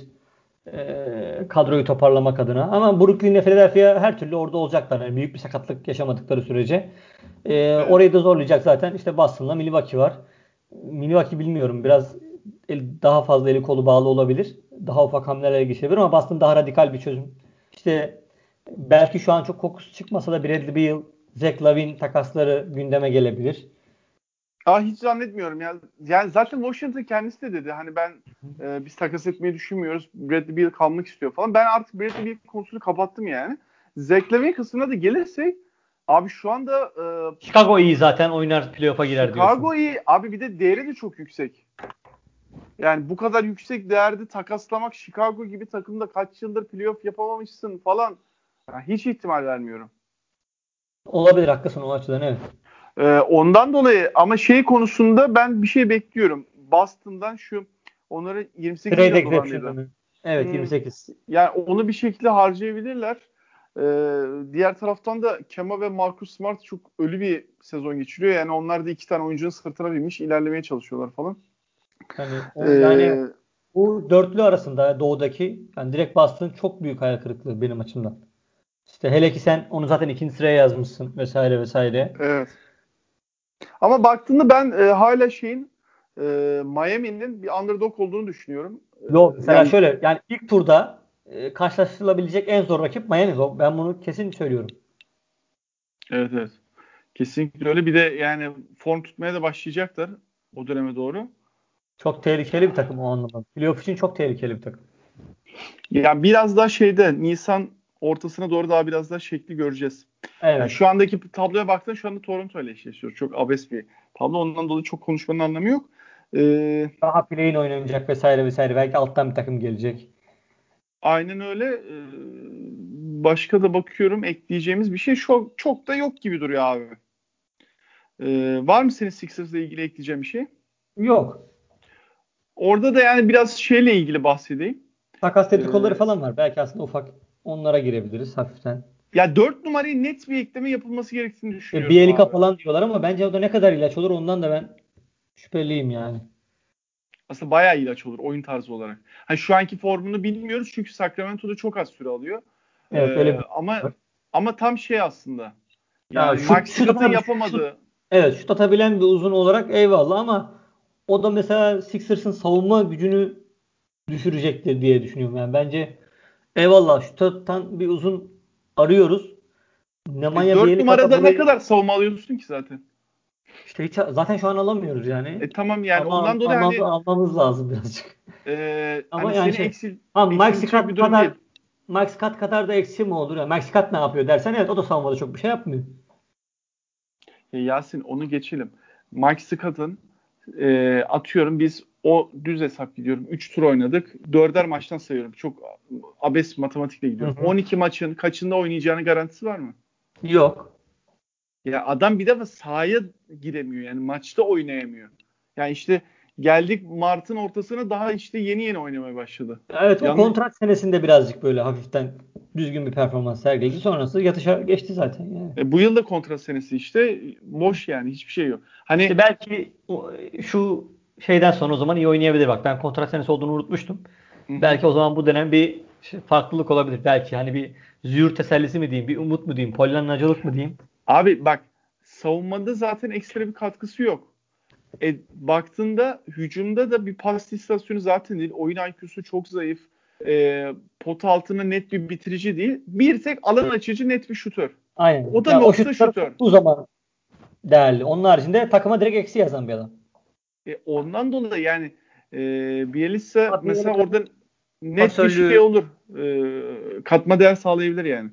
E, kadroyu toparlamak adına. Ama Brooklyn ile Philadelphia her türlü orada olacaklar. Yani büyük bir sakatlık yaşamadıkları sürece. E, Evet. orayı da zorlayacak zaten. İşte Boston'la Milwaukee var. Milwaukee bilmiyorum. Biraz el- daha fazla eli kolu bağlı olabilir. Daha ufak hamlelerle geçebilir ama Boston daha radikal bir çözüm. İşte belki şu an çok kokusu çıkmasa da Bradley Beal, Zach LaVine takasları gündeme gelebilir. Aa, hiç zannetmiyorum ya. Yani zaten Washington kendisi de dedi. Hani ben e, biz takas etmeyi düşünmüyoruz. Bradley Beal kalmak istiyor falan. Ben artık Bradley Beal konusunu kapattım yani. Zach LaVine kısmına da gelirsek abi şu anda Chicago iyi zaten oynar e, playoff'a girer diyorsun. Chicago iyi. Abi bir de değeri de çok yüksek. Yani bu kadar yüksek değerde takaslamak, Chicago gibi takımda kaç yıldır playoff yapamamışsın falan. Yani hiç ihtimal vermiyorum. Olabilir haklısın o açıdan evet. Ee, ondan dolayı ama şey konusunda ben bir şey bekliyorum. Boston'dan şu onları yirmi sekiz Trade milyon dolar mıydı? exception'ını. Evet Hmm, yirmi sekiz. yani onu bir şekilde harcayabilirler. Ee, diğer taraftan da Kemba ve Marcus Smart çok ölü bir sezon geçiriyor. Yani onlar da iki tane oyuncunun sırtına binmiş ilerlemeye çalışıyorlar falan. Hani o yani Ee, bu dörtlü arasında doğudaki yani direkt Boston çok büyük hayal kırıklığı benim açımdan. İşte hele ki sen onu zaten ikinci sıraya yazmışsın vesaire vesaire. evet. Ama baktığında ben e, hala şeyin e, Miami'nin bir underdog olduğunu düşünüyorum. E, Yok mesela yani şöyle yani ilk turda e, karşılaşılabilecek en zor rakip Miami. Ben bunu kesin söylüyorum. evet evet. Kesinlikle öyle. Bir de yani form tutmaya da başlayacaklar o döneme doğru. Çok tehlikeli bir takım o anlamda. Playoff için çok tehlikeli bir takım. Yani biraz daha şeyde Nisan ortasına doğru daha biraz daha şekli göreceğiz. Yani Evet. şu andaki tabloya baktığında şu anda Toronto ile eşleşiyor. Çok abes bir tablo. Ondan dolayı çok konuşmanın anlamı yok. Ee, Daha play-in oynanacak vesaire vesaire. Belki alttan bir takım gelecek. aynen öyle. Ee, başka da bakıyorum ekleyeceğimiz bir şey çok, çok da yok gibi duruyor abi. Ee, var mı senin Sixers'la ilgili ekleyeceğin bir şey? Yok. Orada da yani biraz şeyle ilgili bahsedeyim. Takas dedikoduları Ee, falan var. Belki aslında ufak onlara girebiliriz hafiften. ya dört numarayı net bir ekleme yapılması gerektiğini E, düşünüyorum Bielika abi. falan diyorlar ama bence o da ne kadar ilaç olur ondan da ben şüpheliyim yani. Aslında bayağı ilaç olur oyun tarzı olarak. Hani şu anki formunu bilmiyoruz çünkü Sacramento'da çok az süre alıyor. Evet Ee, öyle bir ama var. ama tam şey aslında. Ya Yani şut, Max şut, Scott'ın atar, şut, yapamadığı. evet şut atabilen bir uzun olarak eyvallah ama o da mesela Sixers'ın savunma gücünü düşürecektir diye düşünüyorum. Yani bence eyvallah şut atan bir uzun arıyoruz. E, Nemanja dört Bjelica da numarada ne burayı kadar savunma alıyorsun ki zaten? işte hiç, zaten şu an alamıyoruz yani. E tamam yani Ama al- ondan dolayı almamız, hani almamız lazım birazcık. e, Ama hani yani seni şey eksil, ha Max eksiltecek bir Scott durum kadar değil. Max Scott kadar da eksi mi olur? Yani Max Scott ne yapıyor dersen evet o da savunmada çok bir şey yapmıyor. Ya Yasin onu geçelim. Max Scott'ın e, atıyorum biz o düz hesap gidiyorum. üç tur oynadık. Dörder maçtan sayıyorum. Çok abes matematikle Hı gidiyorum. hı. on iki maçın kaçında oynayacağını garantisi var mı? Yok. Ya adam bir defa sahaya giremiyor. Yani maçta oynayamıyor. Yani işte geldik Mart'ın ortasına daha işte yeni yeni oynamaya başladı. Evet o Yanlış. kontrat senesinde birazcık böyle hafiften düzgün bir performans sergiledi. Sonrası yatışa geçti zaten yani. E, bu yıl da kontrat senesi işte. Boş yani hiçbir şey yok. İşte Hani belki o- şu şeyden sonra o zaman iyi oynayabilir. Bak ben kontrat senesi olduğunu unutmuştum. hı hı. Belki o zaman bu dönem bir şey- farklılık olabilir. Belki hani bir züğürt tesellisi mi diyeyim, bir umut mu diyeyim, polyanlacılık mı diyeyim. Abi bak savunmada zaten ekstra bir katkısı yok. E, baktığında hücumda da bir pas istasyonu zaten değil. Oyun I Q'su çok zayıf. E, pot altına net bir bitirici değil. Bir tek alan açıcı net bir şutör. Aynen. O da Ya o nokta şutları şutör. soktuğu zaman değerli. Onun haricinde takıma direkt eksi yazan bir adam. E, ondan dolayı yani e, Bielitsa Abi mesela Bielika'nın orada net bir şey pasörlüğü olur. E, katma değer sağlayabilir yani.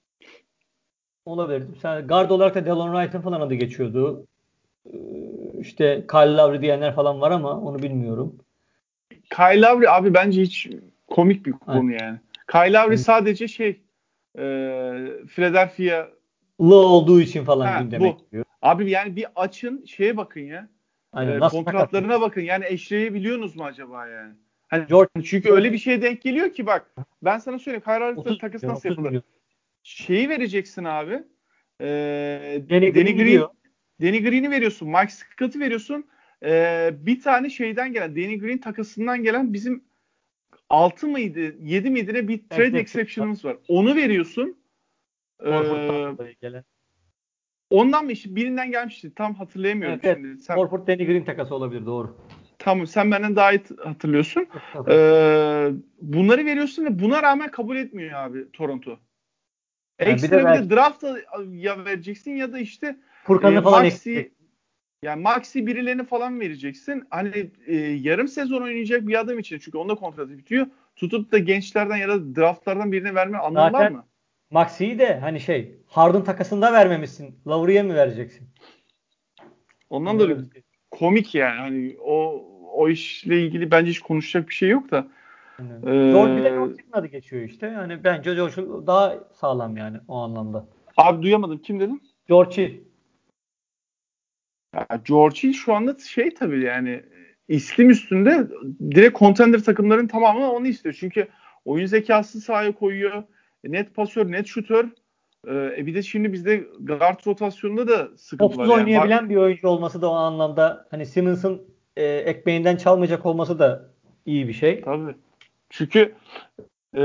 olabilir. Mesela guard olarak da Delon Wright'ın falan adı geçiyordu. Ee, İşte Kyle Lowry diyenler falan var ama onu bilmiyorum. Kyle Lowry abi bence hiç komik bir Hani, konu yani. Kyle Lowry hani sadece şey e, Philadelphia lı olduğu için falan ha gündeme bu. geliyor. Abi yani bir açın şeye bakın ya. Aynen. E, Nasıl takas kontratlarına ediyor? bakın. Yani eşleyebiliyorsunuz mu acaba yani? Hani George çünkü öyle bir George şeye denk geliyor ki bak ben sana söyleyeyim Kyle Lowry'nin otuz takası milyon, nasıl otuz yapılır? milyon. Şeyi vereceksin abi. E, Danny Danny Green Green gidiyor. Danny Green'i veriyorsun. Mike Scott'ı veriyorsun. Ee, bir tane şeyden gelen Danny Green takasından gelen bizim altı mıydı yedi miydi ne bir trade Evet, exception'ımız var. Onu veriyorsun. Ee, gelen. Ondan mı işte birinden gelmişti. Tam hatırlayamıyorum Evet, şimdi. evet. Sen, Horford Danny Green takası olabilir, doğru. tamam sen benden daha iyi hatırlıyorsun. Ee, bunları veriyorsun ve buna rağmen kabul etmiyor abi Toronto. Yani Ekstra bir de, bir belki de draft'a ya vereceksin ya da işte Furkan'ı e, falan Maxi ekleyecek. yani Maxi birilerini falan vereceksin. Hani e, yarım sezon oynayacak bir adam için çünkü onda kontratı bitiyor. Tutup da gençlerden ya da draftlardan birine verme anlamı var Zaten mı? Maxi'yi de hani şey Harden takasında vermemişsin. Lauri'ye mi vereceksin? Ondan Hani dolayı öyle bir şey. komik yani. Hani o o işle ilgili bence hiç konuşacak bir şey yok da. Yani George, bir de Ee, George'un adı geçiyor işte. Yani bence George daha sağlam yani o anlamda. abi duyamadım. Kim dedim? George Hill. Ya George Hill şu anda şey tabii yani islim üstünde direkt contender takımların tamamı onu istiyor. Çünkü oyun zekası sahaya koyuyor. Net pasör, net şutör. Ee, e bir de şimdi bizde guard rotasyonunda da sıkıntı Topsuz var yani. Bak, oynayabilen bir oyuncu olması da o anlamda, hani Simmons'ın e, ekmeğinden çalmayacak olması da iyi bir şey. tabii. Çünkü e,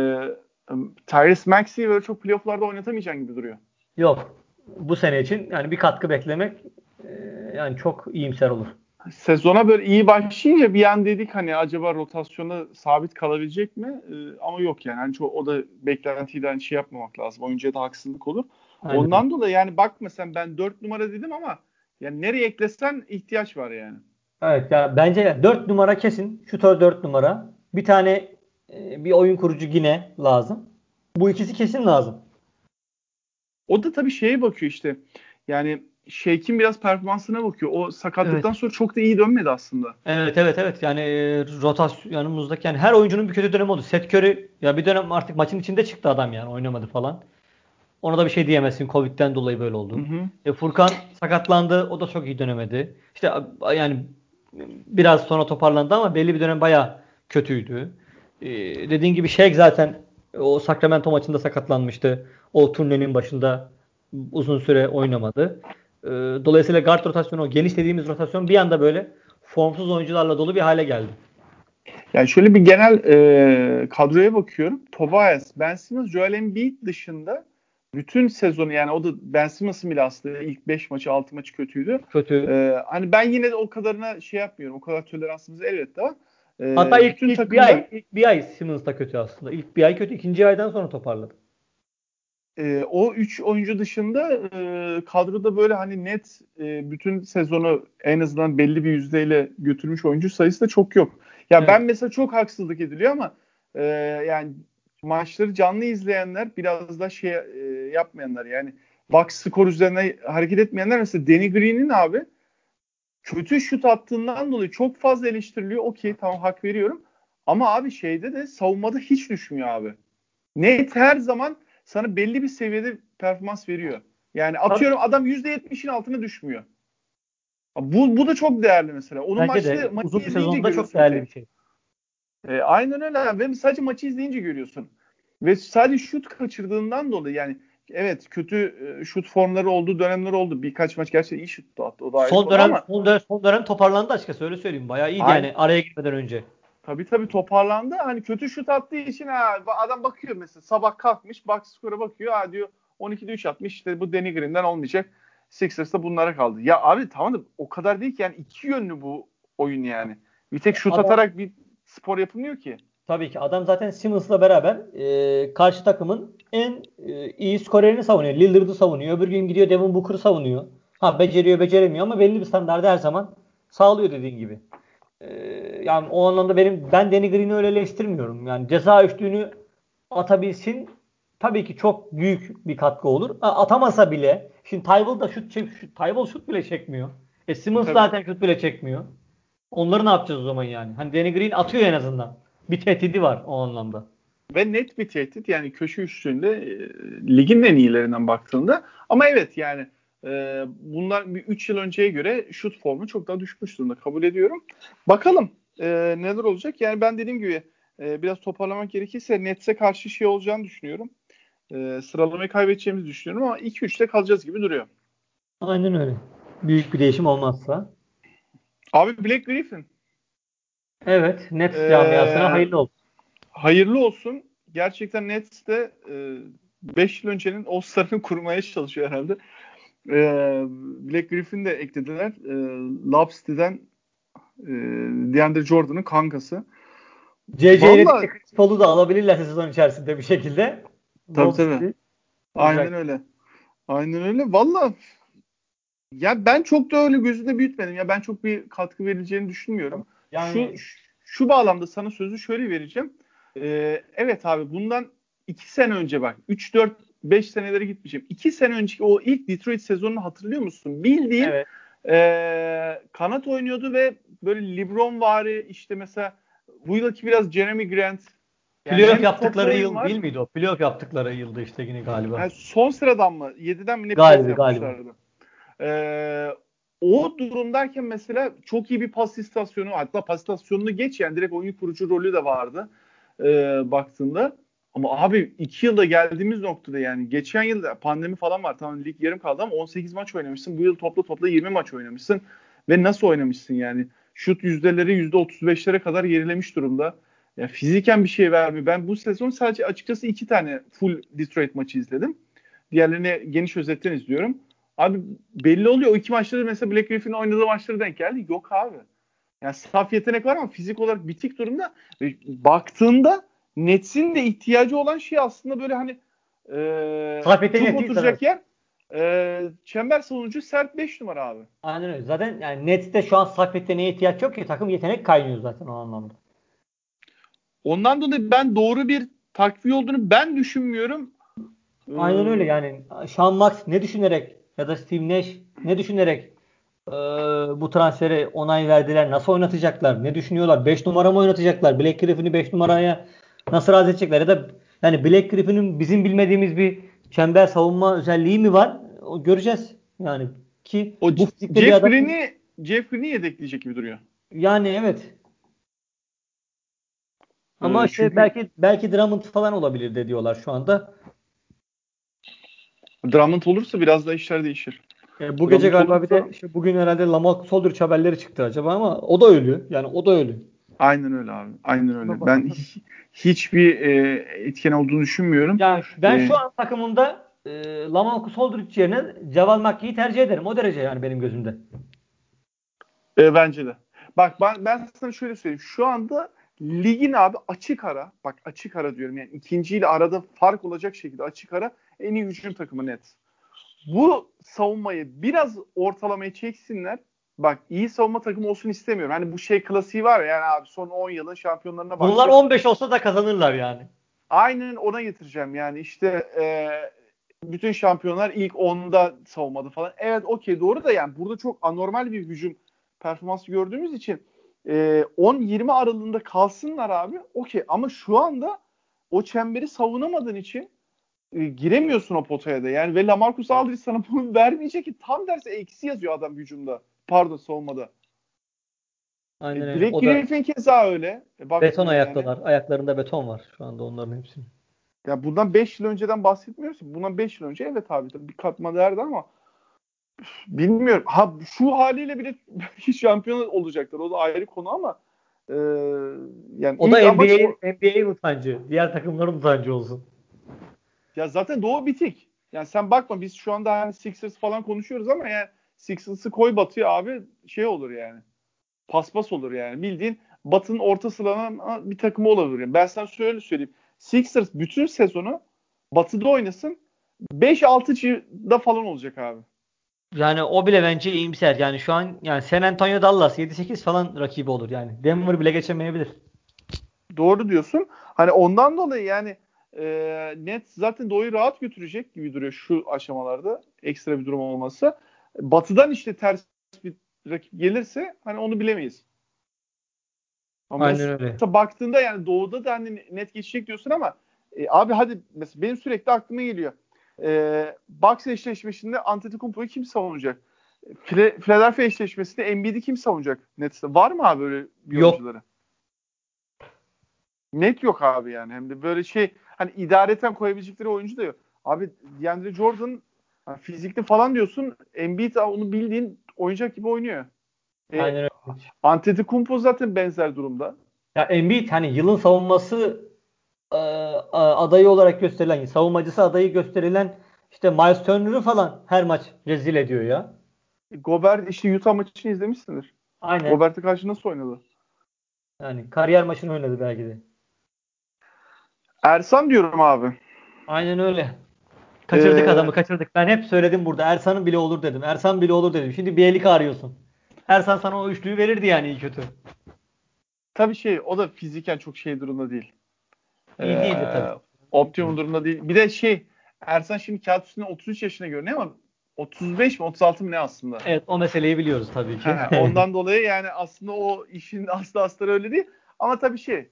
Tyrese Maxey'i böyle çok playoff'larda oynatamayacak gibi duruyor. Yok. Bu sene için yani bir katkı beklemek e, yani çok iyimser olur. Sezona böyle iyi başlayınca bir an dedik hani acaba rotasyona sabit kalabilecek mi? Ee, ama yok yani. Hani çok, o da beklentiden şey yapmamak lazım. Oyuncuya da haksızlık olur. Aynen öyle. Ondan dolayı yani bakma sen ben dört numara dedim ama yani nereye eklesen ihtiyaç var yani. Evet ya, bence dört numara kesin. Şutör dört numara. Bir tane e, bir oyun kurucu yine lazım. Bu ikisi kesin lazım. O da tabii şeye bakıyor işte. Yani Shake'in biraz performansına bakıyor. O Evet. sakatlıktan sonra çok da iyi dönmedi aslında. Evet, evet, evet. Yani e, rotasyonumuzdaki yani her oyuncunun bir kötü dönemi oldu. Seth Curry ya bir dönem artık maçın içinde çıktı adam, yani oynamadı falan. Ona da bir şey diyemezsin. Covid'den dolayı böyle Hı oldu. hı. E, Furkan sakatlandı. O da çok iyi dönemedi. İşte a- yani biraz sonra toparlandı ama belli bir dönem bayağı kötüydü. E, dediğin gibi Shaq zaten o Sacramento maçında sakatlanmıştı. O turnenin başında uzun süre oynamadı. E, dolayısıyla guard rotasyonu, o geniş dediğimiz rotasyon bir anda böyle formsuz oyuncularla dolu bir hale geldi. Yani şöyle bir genel e, kadroya bakıyorum. Tobias, Ben Simmons, Joel Embiid dışında bütün sezonu yani o da Ben Simmons'ın bile aslında ilk beş maçı altı maçı kötüydü. Kötü. E, hani ben yine de o kadarına şey yapmıyorum. O kadar toleransımız elbette var. Hatta E, ilk, bütün ilk bir ay takımda ilk bir ay Simmons da kötü aslında. İlk bir ay kötü. İkinci aydan sonra toparladı. e, o üç oyuncu dışında e, kadroda böyle hani net e, bütün sezonu en azından belli bir yüzdeyle götürmüş oyuncu sayısı da çok yok. Ya Evet. ben mesela çok haksızlık ediliyor ama e, yani maçları canlı izleyenler biraz da şey e, yapmayanlar yani box skor üzerine hareket etmeyenler mesela Danny Green'in abi kötü şut attığından dolayı çok fazla eleştiriliyor. Okey tamam hak veriyorum. Ama abi şeyde de savunmada hiç düşmüyor abi. Net her zaman sana belli bir seviyede performans veriyor. Yani Tabii, atıyorum adam yüzde yetmişin altına düşmüyor. Bu, bu da çok değerli mesela. Onu bence maçta de maçı uzun bir izleyince sezonda çok görüyorsun değerli ki. bir şey. E, aynen öyle. Ve sadece maçı izleyince görüyorsun. Ve sadece şut kaçırdığından dolayı yani evet kötü e, şut formları olduğu dönemler oldu. Birkaç maç gerçekten iyi şut attı. O da ayrı Son konu dönem ama son dönem, son dönem toparlandı açıkçası, öyle söyleyeyim. Bayağı iyiydi aynı yani araya girmeden önce. tabii tabii toparlandı. Hani kötü şut attığı için ha, adam bakıyor mesela sabah kalkmış box score'a bakıyor. Ha diyor on ikide üç atmış işte bu Danny Green'den olmayacak. Sixers'ta bunlara kaldı. Ya abi tamam da o kadar değil ki yani iki yönlü bu oyun yani. Bir tek şut Adam, atarak bir spor yapılmıyor ki. tabii ki adam zaten Simmons'la beraber e, karşı takımın en e, iyi skorerini savunuyor. Lillard'ı savunuyor. Öbür gün gidiyor Devin Booker'ı savunuyor. Ha, beceriyor beceremiyor ama belli bir standardı her zaman sağlıyor dediğin gibi. E, yani o anlamda benim ben Danny Green'i öyle eleştirmiyorum. Yani ceza üçlüğünü atabilsin, tabii ki çok büyük bir katkı olur. A- Atamasa bile, şimdi Tybal da şut, çek, şut Tybal şut bile çekmiyor. E Simmons Tabii. zaten şut bile çekmiyor. Onları ne yapacağız o zaman yani? Hani Danny Green atıyor en azından. Bir tehdidi var o anlamda. Ve net bir tehdit yani köşe üçlüğünde e, ligin en iyilerinden baktığında. Ama evet yani e, bunlar bir üç yıl önceye göre şut formu çok daha düşmüş durumda kabul ediyorum. Bakalım e, neler olacak. Yani ben dediğim gibi e, biraz toparlamak gerekirse Nets'e karşı şey olacağını düşünüyorum. E, sıralamayı kaybedeceğimizi düşünüyorum ama iki üçte kalacağız gibi duruyor. Aynen öyle. Büyük bir değişim olmazsa. Abi Black Griffin. Evet. Nets Ee, camiasına hayırlı olsun. hayırlı olsun. Gerçekten Nets de beş yıl öncenin All-Star'ını kurmaya çalışıyor herhalde. E, Black Griffin de eklediler. E, Lob City'den e, DeAndre Jordan'ın kankası. C C Vallahi ile Chris Paul'u da alabilirler sezon içerisinde bir şekilde. tabii Lob tabii. City Aynen olacak. öyle. Aynen öyle. Vallahi ya ben çok da öyle gözünde büyütmedim. Ya ben çok bir katkı verileceğini düşünmüyorum. Şu Yani şu bağlamda sana sözü şöyle vereceğim. Ee, evet abi bundan iki sene önce bak. üç dört beş senelere gitmişim. iki sene önceki o ilk Detroit sezonunu hatırlıyor musun? Bildiğin evet. ee, kanat oynuyordu ve böyle LeBron vari işte mesela bu yılki biraz Jeremy Grant. Yani Playoff hem toplu yaptıkları oyun yıl var. değil miydi o? Playoff yaptıkları yıldı işte yine galiba. Yani son sıradan mı? yediden mi ne playoff Galiba galiba. yapmışlardı. Ee, o durumdayken mesela çok iyi bir pas istasyonu, hatta pas istasyonunu geç yani direkt oyun kurucu rolü de vardı e, baktığında. Ama abi iki yılda geldiğimiz noktada yani geçen yıl pandemi falan var, tamam lig yarım kaldı ama on sekiz maç oynamışsın. Bu yıl topla topla yirmi maç oynamışsın ve nasıl oynamışsın yani? Şut yüzdeleri yüzde otuz beşlere kadar gerilemiş durumda. Yani fiziken bir şey vermiyor. Ben bu sezon sadece açıkçası iki tane full Detroit maçı izledim. Diğerlerini geniş özetten izliyorum. Abi belli oluyor. O iki maçta da mesela Black Griffin'in oynadığı maçlara denk geldi. Yok abi. Yani saf yetenek var ama fizik olarak bitik durumda. Ve baktığında Nets'in de ihtiyacı olan şey aslında böyle hani e, Saf yeteneği cuk değil zaten. oturacak yer e, çember savunucu sert beş numara abi. Aynen öyle. Zaten yani Nets'te şu an saf yeteneğe ihtiyaç yok ki. Takım yetenek kaynıyor zaten o anlamda. Ondan dolayı ben doğru bir takviye olduğunu ben düşünmüyorum. Ee, Aynen öyle yani. Sean Marks ne düşünerek ya da Steve Nash ne düşünerek e, bu transferi onay verdiler? Nasıl oynatacaklar? Ne düşünüyorlar? beş numara mı oynatacaklar? Black Griffin'i beş numaraya nasıl razı edecekler? Ya da yani Black Griffin'in bizim bilmediğimiz bir çember savunma özelliği mi var? O göreceğiz. Yani ki o bu C- fizikte bir Jeff adam Green'i Jeff Green'i yedekleyecek gibi duruyor. yani evet. Ama Ee, işte çünkü belki belki Drummond falan olabilir de diyorlar şu anda. Drummond olursa biraz da işler değişir. E, bu gece Drummond galiba bir de olursa işte bugün herhalde Lamarcus Aldridge haberleri çıktı acaba ama o da ölü. Yani o da ölü. aynen öyle abi. Aynen Buna öyle. Ben bakarsan. hi- hiçbir e, etken olduğunu düşünmüyorum. Yani ben E, şu an takımımda e, Lamarcus Aldridge yerine Javal McGee'yi tercih ederim. O derece yani benim gözümde. e, bence de. Bak ben, ben sana şöyle söyleyeyim. Şu anda ligin abi açık ara, bak açık ara diyorum yani ikinciyle arada fark olacak şekilde açık ara en iyi hücum takımı net. Bu savunmayı biraz ortalamaya çeksinler. Bak iyi savunma takımı olsun istemiyorum. Hani bu şey klasiği var ya yani abi son on yılın şampiyonlarına Bunlar baktık. on beş olsa da kazanırlar yani. Aynen ona getireceğim yani işte e, bütün şampiyonlar ilk onda savunmadı falan. Evet okey doğru da yani burada çok anormal bir hücum performansı gördüğümüz için e, on yirmi aralığında kalsınlar abi okey ama şu anda o çemberi savunamadığın için e, giremiyorsun o potaya da yani ve Lamarcus Aldridge sana bunu vermeyecek ki tam tersi eksi yazıyor adam hücumda pardon savunmada. Aynen E, öyle. Blake O da Griffin keza öyle e, beton baktığında yani. ayaktalar. Ayaklarında beton var şu anda onların hepsinin. Ya bundan beş yıl önceden bahsetmiyoruz. Bundan beş yıl önce evet abi tabii bir katma değerdi ama bilmiyorum. Ha şu haliyle bile hiç şampiyon olacaklar. O da ayrı konu ama e, yani O da ilk amaç NBA'in o. N B A'in utancı. Diğer takımların utancı olsun. Ya zaten Doğu bitik. Yani sen bakma biz şu anda hani Sixers falan konuşuyoruz ama yani Sixers'ı koy Batı'ya abi şey olur yani. Paspas olur yani. Bildiğin Batı'nın orta sıradan bir takımı olabilir. Yani ben sana şöyle söyleyeyim. Sixers bütün sezonu Batı'da oynasın beş altıda falan olacak abi. Yani o bile bence iyimser. Yani şu an yani San Antonio Dallas yedi sekiz falan rakibi olur yani. Denver bile geçemeyebilir. Doğru diyorsun. Hani ondan dolayı yani e, net zaten Doğu'yu rahat götürecek gibi duruyor şu aşamalarda. Ekstra bir durum olmazsa. Batı'dan işte ters bir rakip gelirse hani onu bilemeyiz. Ama Aynen öyle. mesela baktığında yani Doğu'da da hani net geçecek diyorsun ama e, abi hadi mesela benim sürekli aklıma geliyor. E, Bucks eşleşmesinde Antetokounmpo'yu kim savunacak? File, Philadelphia eşleşmesinde Embiid'i kim savunacak Nets'te? Var mı abi öyle bir Yok. oyuncuları? Net yok abi yani. Hem de böyle şey hani idareten koyabilecekleri oyuncu da yok. Abi DeAndre Jordan hani fizikli falan diyorsun. Embiid onu bildiğin oyuncak gibi oynuyor. E, Aynen öyle. Antetokounmpo zaten benzer durumda. Ya Embiid hani yılın savunması e, adayı olarak gösterilen, savunmacısı adayı gösterilen işte Miles Turner'ı falan her maç rezil ediyor ya. Gobert işte Utah maçını izlemişsindir. Aynen. Gobert'e karşı nasıl oynadı? Yani kariyer maçını oynadı belki de. Ersan diyorum abi. Aynen öyle. Kaçırdık Ee, adamı kaçırdık. Ben hep söyledim burada. Ersan'ın bile olur dedim. Ersan bile olur dedim. Şimdi Bielik'i arıyorsun. Ersan sana o üçlüyü verirdi yani iyi kötü. tabii şey o da fiziken çok şey durumda değil. İyi değildi Ee, tabii. optimum durumda değil. Bir de şey Ersan şimdi kağıt üstünde otuz üç yaşına görünüyor ama otuz beş mi otuz altı mı ne aslında? Evet o meseleyi biliyoruz tabii ki. Ondan dolayı yani aslında o işin aslı astarı öyle değil. Ama tabii şey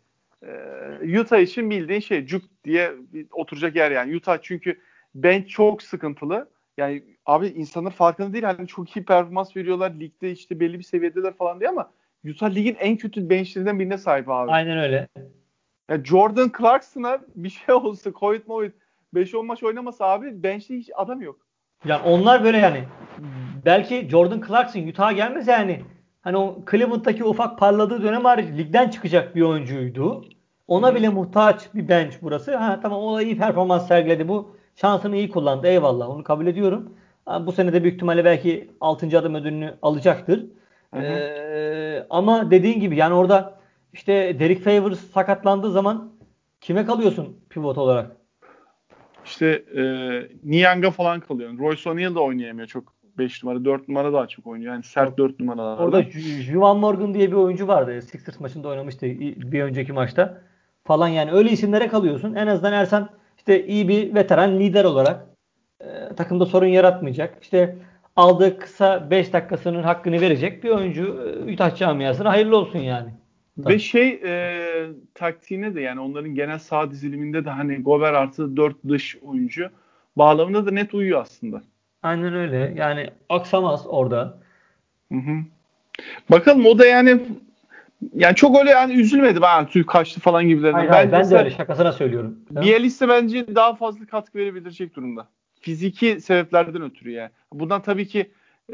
e, Utah için bildiğin şey cuk diye bir oturacak yer yani. Utah çünkü bench çok sıkıntılı. Yani abi insanlar farkında değil. Hani çok iyi performans veriyorlar. Ligde işte belli bir seviyedeler falan diye ama Utah ligin en kötü benchlerinden birine sahip abi. Aynen öyle. Ya Jordan Clarkson'a bir şey olsa Covid Movid beş on maç oynamasa abi bench'te hiç adam yok. Yani onlar böyle yani belki Jordan Clarkson Utah'a gelmese yani hani o Cleveland'daki ufak parladığı dönem hariç ligden çıkacak bir oyuncuydu. Ona Hı-hı. bile muhtaç bir bench burası. Ha tamam o da iyi performans sergiledi. Bu şansını iyi kullandı. Eyvallah onu kabul ediyorum. Ha, bu sene de büyük ihtimalle belki altıncı adım ödülünü alacaktır. Hı-hı. Ee, ama dediğin gibi yani orada işte Derek Favors sakatlandığı zaman kime kalıyorsun pivot olarak? İşte e, Niang'a falan kalıyor. Royce O'Neal da oynayamıyor çok. beş numara, dört numara daha çok oynuyor. Yani sert Yok. dört Orada numaralarda. Ju- Juwan Morgan diye bir oyuncu vardı. Sixers maçında oynamıştı bir önceki maçta. Falan yani öyle isimlere kalıyorsun. En azından Ersan işte iyi bir veteran lider olarak e, takımda sorun yaratmayacak. İşte aldığı kısa beş dakikasının hakkını verecek bir oyuncu e, Utah camiasına hayırlı olsun yani. Ve Da. şey e, taktiğine de yani onların genel saha diziliminde de hani Gobert artı dört dış oyuncu bağlamında da net uyuyor aslında. Aynen öyle. Yani aksamaz orada. Hı hı. Bakalım o da yani yani çok öyle yani üzülmedi ben tüy kaçtı falan Hayır gibilerinden. hayır Bence ben de mesela öyle şakasına söylüyorum. Ya. Bielitsa bence daha fazla katkı verebilecek durumda. Fiziki sebeplerden ötürü yani. Bundan tabii ki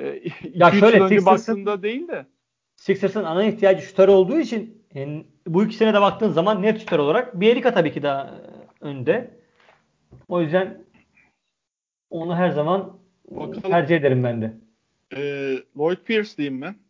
Ya iki üç yıl şöyle önce Sixers'ın baktığında değil de. Sixers'ın ana ihtiyacı şutör olduğu için yani bu ikisine de baktığın zaman net şutör olarak Bjelica tabii ki daha önde. O yüzden onu her zaman Bakalım. tercih ederim ben de. E, Lloyd Pierce diyeyim ben.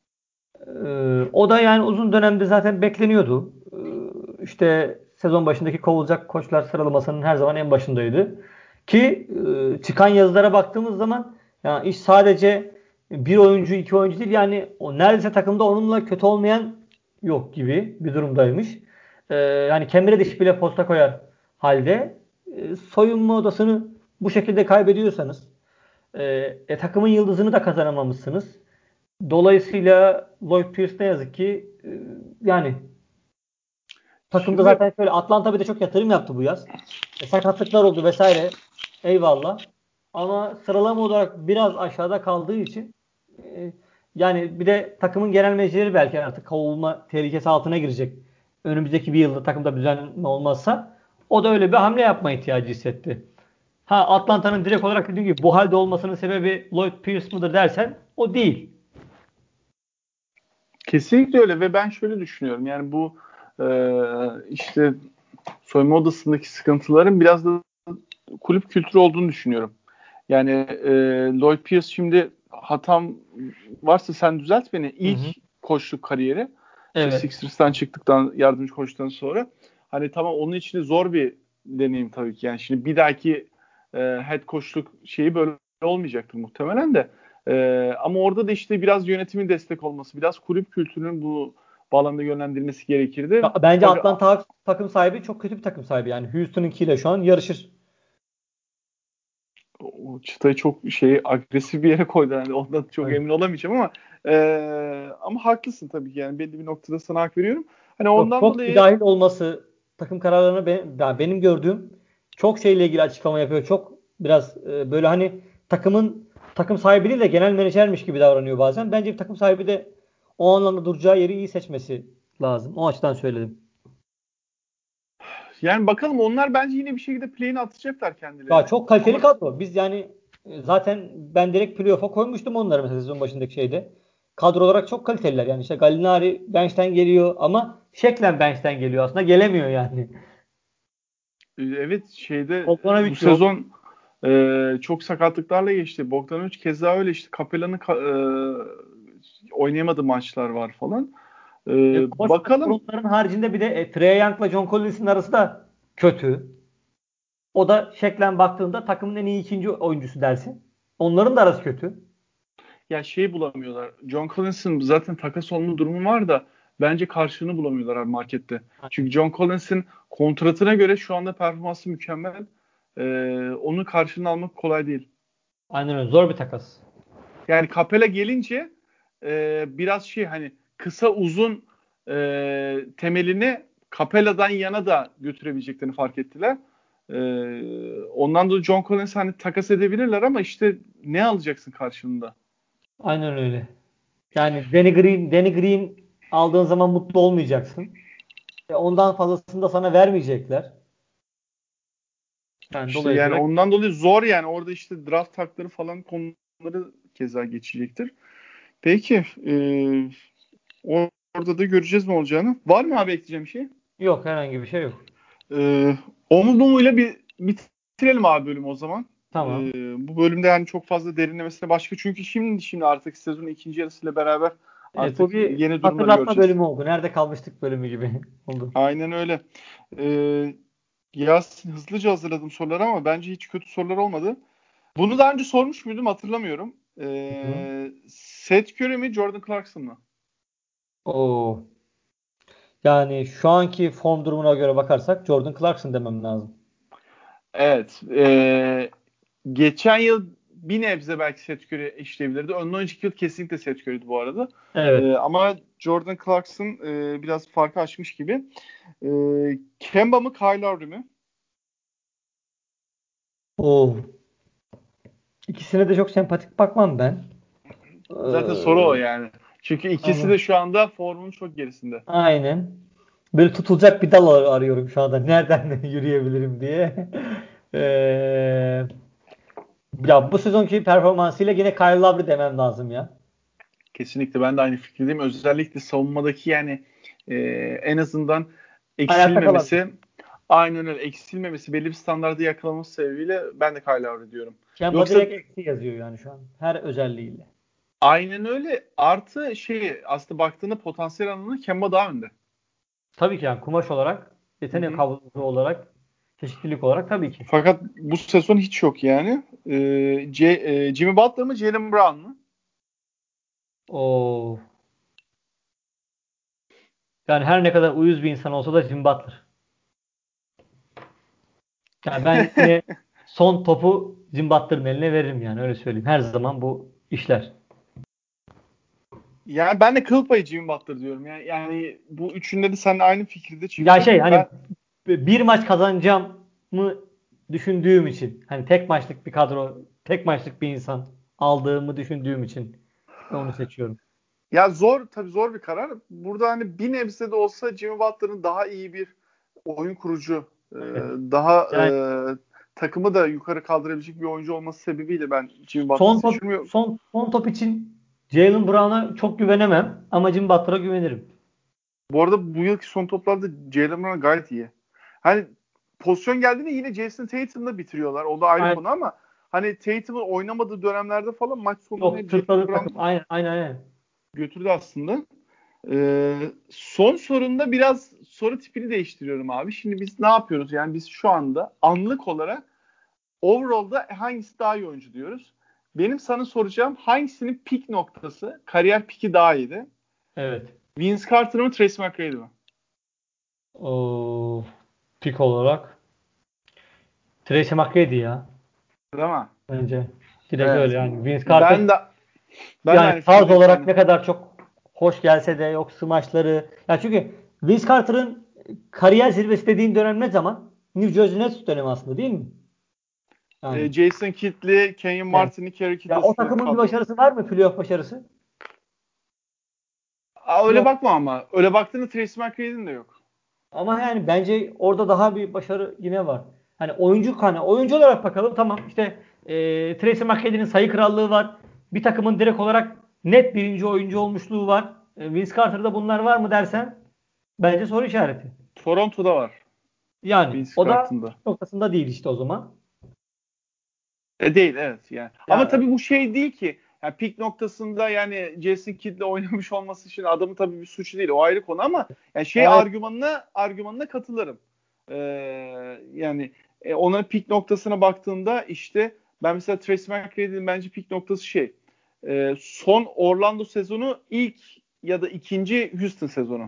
Ee, o da yani uzun dönemde zaten bekleniyordu. Ee, işte sezon başındaki kovulacak koçlar sıralamasının her zaman en başındaydı. Ki e, çıkan yazılara baktığımız zaman yani iş sadece bir oyuncu iki oyuncu değil yani o neredeyse takımda onunla kötü olmayan yok gibi bir durumdaymış. Ee, yani Kemre de bile posta koyar halde e, soyunma odasını bu şekilde kaybediyorsanız e, e, takımın yıldızını da kazanamamışsınız. Dolayısıyla Lloyd Pierce ne yazık ki e, yani takımda Şimdi zaten şöyle Atlanta bir de çok yatırım yaptı bu yaz. E, sakatlıklar oldu vesaire. Eyvallah. Ama sıralama olarak biraz aşağıda kaldığı için e, yani bir de takımın genel menajeri belki artık kovulma tehlikesi altına girecek. Önümüzdeki bir yılda takımda düzenleme olmazsa o da öyle bir hamle yapma ihtiyacı hissetti. Ha Atlanta'nın direkt olarak dediğim gibi bu halde olmasının sebebi Lloyd Pierce mıdır dersen o değil. kesinlikle öyle ve ben şöyle düşünüyorum. Yani bu e, işte soyunma odasındaki sıkıntıların biraz da kulüp kültürü olduğunu düşünüyorum. Yani e, Lloyd Pierce şimdi hatam varsa sen düzelt beni. Hı İlk hı. koçluk kariyeri işte Evet. Sixers'tan çıktıktan yardımcı koçtan sonra hani tamam onun için de zor bir deneyim tabii ki. Yani şimdi bir dahaki e, head coachluk şeyi böyle olmayacaktır muhtemelen de. E, ama orada da işte biraz yönetimin destek olması, biraz kulüp kültürünün bu bağlamda yönlendirilmesi gerekirdi. Ya, bence Fakat Atlanta takım sahibi çok kötü bir takım sahibi. Yani Houston'ınkiyle şu an yarışır. o çıtayı çok şey agresif bir yere koydu. Yani ondan çok Evet. emin olamayacağım ama e, ama haklısın tabii ki. Yani belli bir noktada sana hak veriyorum. Hani Yok ondan çok dolayı müdahil olması takım kararlarına ben, ya benim gördüğüm çok şeyle ilgili açıklama yapıyor. Çok biraz e, böyle hani takımın takım sahibi değil de genel menajermiş gibi davranıyor bazen. Bence bir takım sahibi de o anlamda duracağı yeri iyi seçmesi lazım. O açıdan söyledim. yani bakalım onlar bence yine bir şekilde play'ini atacaklar Ya kendilerini. çok kaliteli Ama kadro. Biz yani E, Zaten ben direkt playoff'a koymuştum onları mesela sezon başındaki şeyde. Kadro olarak çok kaliteliler. Yani işte Gallinari bench'ten geliyor ama Şeklen bench'ten geliyor aslında. Gelemiyor yani. Ee, Evet şeyde Bogdanovic bu yok. sezon e, çok sakatlıklarla geçti. Bogdanovic keza öyle işte Capella'nın ka- e, oynayamadığı maçlar var falan. E, E, koç bakalım. sorunların haricinde bir de e, Trae Young'la John Collins'in arası da kötü. O da şeklen baktığında takımın en iyi ikinci oyuncusu dersin. Onların da arası kötü. Ya şey bulamıyorlar. John Collins'in zaten takas olma durumu var da bence karşılığını bulamıyorlar abi markette. Çünkü John Collins'in kontratına göre şu anda performansı mükemmel. E, onun karşılığını almak kolay değil. Aynen öyle. Zor bir takas. Yani Capella gelince e, biraz şey hani kısa uzun e, temelini Capella'dan yana da götürebileceklerini fark ettiler. E, ondan dolayı John Collins hani takas edebilirler ama işte ne alacaksın karşılığında? Aynen öyle. Yani Danny Green, Danny Green aldığın zaman mutlu olmayacaksın. E, ondan fazlasını da sana vermeyecekler. Yani İşte yani dolayısıyla ondan dolayı zor yani orada işte draft hakları falan konuları keza geçecektir. Peki e, orada da göreceğiz ne olacağını. Var mı abi ekleyeceğim bir şey? yok, herhangi bir şey yok. Ee, omuz mumuyla bir bitirelim abi bölümü o zaman. Tamam. Ee, bu bölümde yani çok fazla derinlemesine başka çünkü şimdi şimdi artık sezonun ikinci yarısıyla beraber Evet, bu artık bir yeni durumları hatırlatma göreceğiz. bölümü oldu. Nerede kalmıştık bölümü gibi oldu. Aynen öyle. Ee, Yasin hızlıca hazırladım soruları ama bence hiç kötü sorular olmadı. Bunu daha önce sormuş muydum hatırlamıyorum. Hı. Ee, Seth Curry mi Jordan Clarkson mı? Oo. Yani şu anki form durumuna göre bakarsak Jordan Clarkson demem lazım. Evet. E, geçen yıl bir nebze belki Seth Curry eşleyebilirdi. Ondan önceki yıl kesinlikle Seth Curry'di bu arada. Evet. Ee, ama Jordan Clarkson e, biraz farkı aşmış gibi. E, Kemba mı Kyle Lowry mi? Oo. İkisine de çok sempatik bakmam ben. Zaten soru o Ee, yani. Çünkü ikisi de ama şu anda formunun çok gerisinde. aynen. Böyle tutulacak bir dal ar- arıyorum şu anda. Nereden yürüyebilirim diye. Ee, Ya bu sezonki performansıyla yine Kyle Lowry demem lazım ya. Kesinlikle ben de aynı fikirdeyim. Özellikle savunmadaki yani e, en azından Ayakta kalabilir. eksilmemesi aynen öyle eksilmemesi belli bir standardı yakalaması sebebiyle ben de Kyle Lowry diyorum. Kemba Yoksa direkt eksi yazıyor yani şu an. Her özelliğiyle. aynen öyle. Artı şey aslında baktığında potansiyel anlamında Kemba daha önde. Tabii ki yani kumaş olarak, Hı yetenek hı. havuzu olarak, çeşitlilik olarak tabii ki. Fakat bu sezon hiç yok yani. Ee, C, e, Jimmy Butler mı Jaylen Brown mu? O yani her ne kadar uyuz bir insan olsa da Jimmy Butler. Yani ben yine son topu Jimmy Butler'ın eline veririm yani öyle söyleyeyim. Her zaman bu işler. Yani ben de kıl payı Jimmy Butler diyorum. Yani, yani bu üçünde de seninle aynı fikirde Ya çünkü şey hani ben bir maç kazanacağım mı düşündüğüm için hani tek maçlık bir kadro, tek maçlık bir insan aldığımı düşündüğüm için onu seçiyorum. ya zor tabii zor bir karar. Burada hani bir nebze de olsa Jimmy Butler'ın daha iyi bir oyun kurucu, e, Evet. daha e, Yani takımı da yukarı kaldırabilecek bir oyuncu olması sebebiyle ben Jimmy Butler'ı son top seçiyorum. son son top için Jaylen Brown'a çok güvenemem ama Jimmy Butler'a güvenirim. Bu arada bu yılki son toplarda Jaylen Brown gayet iyi. Hani pozisyon geldiğinde yine Jason Tatum'la bitiriyorlar. O da ayrı Aynen. konu ama hani Tatum'un oynamadığı dönemlerde falan maç sonlarını Yok, hep Jaylen sırtladı Brown takım. Aynen aynen aynen. götürdü aslında. Ee, son sorunda biraz soru tipini değiştiriyorum abi. Şimdi biz ne yapıyoruz? Yani biz şu anda anlık olarak overall'da hangisi daha iyi oyuncu diyoruz. Benim sana soracağım hangisinin pik noktası, kariyer piki daha iyiydi? Evet. Vince Carter mı Tracy McGrady mi? O pik olarak Tracy McGrady ya Değil mi? bence. Direkt öyle Evet. yani. Vince Carter Ben de ben de yani aynı tarz fikirdeyim olarak seninle. ne kadar çok hoş gelse de yok smaçları. Ya çünkü Vince Carter'ın kariyer zirvesi dediğin dönem ne zaman? New Jersey Nets dönemi aslında değil mi? Yani. Ee, Jason Kidd'li, Kenyon Evet. Martin'li, Kerry Ya o Kiddles'lı takımın bir kadro. başarısı var mı? Playoff başarısı? Aa, öyle Yok. bakma ama. Öyle baktığında Tracy McGrady'nin de yok. Ama yani bence orada daha bir başarı yine var. Hani oyuncu hani oyuncu olarak bakalım tamam işte E, Tracy McGrady'nin sayı krallığı var. Bir takımın direkt olarak net birinci oyuncu olmuşluğu var. E, Vince Carter'da bunlar var mı dersen bence soru işareti. Toronto'da var. Yani Vince o da Carter'da. noktasında değil işte o zaman. E değil evet yani. Ya, Ama tabii bu şey değil ki. Yani pik noktasında yani Jason Kidd'le oynamış olması için adamın tabii bir suçu değil. O ayrı konu ama yani şey evet. argümanına argümanına katılırım. Ee, yani e, ona pik noktasına baktığında işte ben mesela Tracy McGrady'nin bence pik noktası şey. E, son Orlando sezonu ilk ya da ikinci Houston sezonu.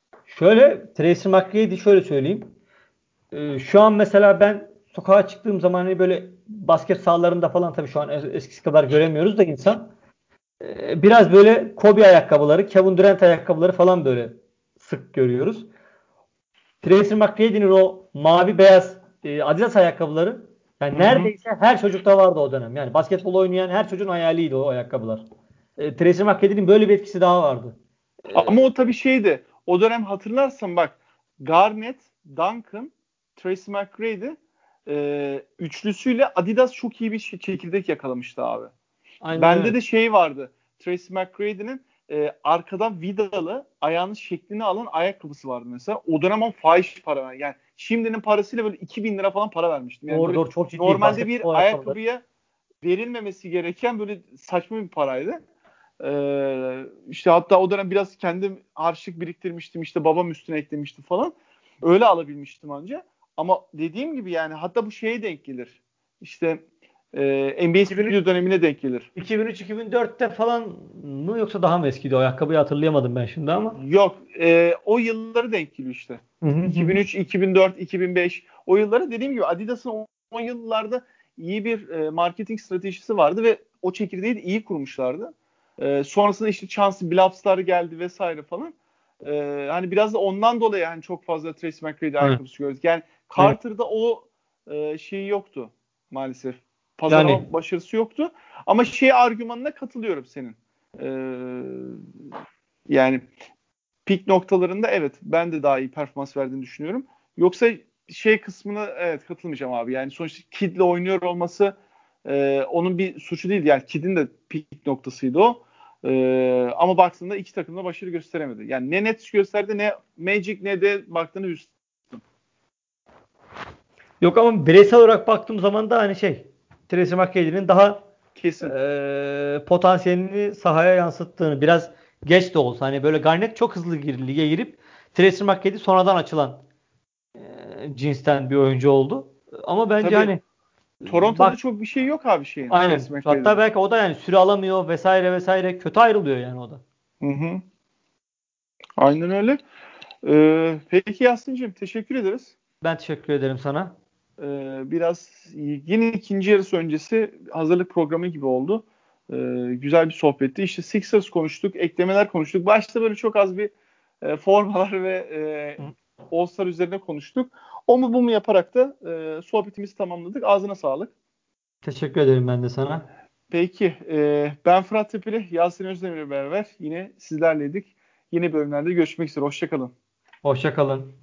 Şöyle Tracy McGrady şöyle söyleyeyim. Ee, şu an mesela ben sokağa çıktığım zaman hani böyle basket sahalarında falan tabii şu an es- eskisi kadar göremiyoruz da insan. Ee, biraz böyle Kobe ayakkabıları, Kevin Durant ayakkabıları falan böyle sık görüyoruz. Tracy McGrady'nin o mavi beyaz e, Adidas ayakkabıları yani Hı hı. neredeyse her çocukta vardı o dönem. Yani basketbol oynayan her çocuğun hayaliydi o ayakkabılar. E, Tracy McGrady'nin böyle bir etkisi daha vardı. Ama o tabii şeydi. O dönem hatırlarsan bak Garnett, Duncan, Tracy McGrady e, üçlüsüyle Adidas çok iyi bir şey- çekirdek yakalamıştı abi. Aynen Bende öyle. de şey vardı. Tracy McGrady'nin e, arkadan vidalı ayağının şeklini alan ayakkabısı vardı mesela. O dönem o fahiş para ver. Yani şimdinin parasıyla böyle iki bin lira falan para vermiştim. Yani Doğru böyle doğru çok ciddi normalde bir basketbol ayakkabıları. ayakkabıya verilmemesi gereken böyle saçma bir paraydı. Ee, işte hatta o dönem biraz kendim harçlık biriktirmiştim. İşte babam üstüne eklemişti falan. Öyle alabilmiştim anca. Ama dediğim gibi yani hatta bu şeye denk gelir. İşte e, N B A stüdyo dönemine denk gelir. iki bin üç iki bin dörtte falan mı yoksa daha mı eskiydi o ayakkabıyı hatırlayamadım ben şimdi ama. Yok. E, o yılları denk geliyor işte. Hı hı hı. iki bin üç, iki bin dört, iki bin beş o yılları dediğim gibi Adidas'ın o, o yıllarda iyi bir e, marketing stratejisi vardı ve o çekirdeği de iyi kurmuşlardı. E, sonrasında işte Chauncey Billups'lar geldi vesaire falan. E, hani biraz da ondan dolayı hani çok fazla Tracy McGrady Evet. ayakkabısı gördük. Yani Evet. Carter'da o e, şeyi yoktu maalesef. Yani Pazarlama başarısı yoktu. Ama şey argümanına katılıyorum senin. E, yani pik noktalarında evet ben de daha iyi performans verdiğini düşünüyorum. Yoksa şey kısmına evet katılmayacağım abi. Yani sonuçta Kid'le oynuyor olması e, onun bir suçu değil. Yani Kid'in de pik noktasıydı o. E, ama baktığında iki takım da başarı gösteremedi. Yani ne Nets gösterdi ne Magic ne de baktığında Houston. yok ama bireysel olarak baktığım zaman da hani şey Tracy McGrady'nin daha Kesin. e, potansiyelini sahaya yansıttığını biraz geç de olsa hani böyle Garnett çok hızlı gir, lige girip Tracy McGrady sonradan açılan e, cinsten bir oyuncu oldu. Ama bence Tabii hani Toronto'da bak çok bir şey yok abi şeyin. aynen Tracy hatta McGrady'nin. belki o da yani süre alamıyor vesaire vesaire kötü ayrılıyor yani o da. Hı hı. Aynen öyle. Ee, peki Yasin'cim teşekkür ederiz. Ben teşekkür ederim sana. Ee, biraz yine ikinci yarısı öncesi hazırlık programı gibi oldu. Ee, güzel bir sohbetti. İşte Sixers konuştuk, eklemeler konuştuk. Başta böyle çok az bir e, formalar ve e, Hı. All-Star üzerine konuştuk. O mu bu mu yaparak da e, sohbetimizi tamamladık. Ağzına sağlık. Teşekkür ederim ben de sana. Peki e, ben Fırat Tepeli, Yasin Özdemir'le beraber yine sizlerleydik. Yeni bölümlerde görüşmek üzere. Hoşçakalın. Hoşça kalın.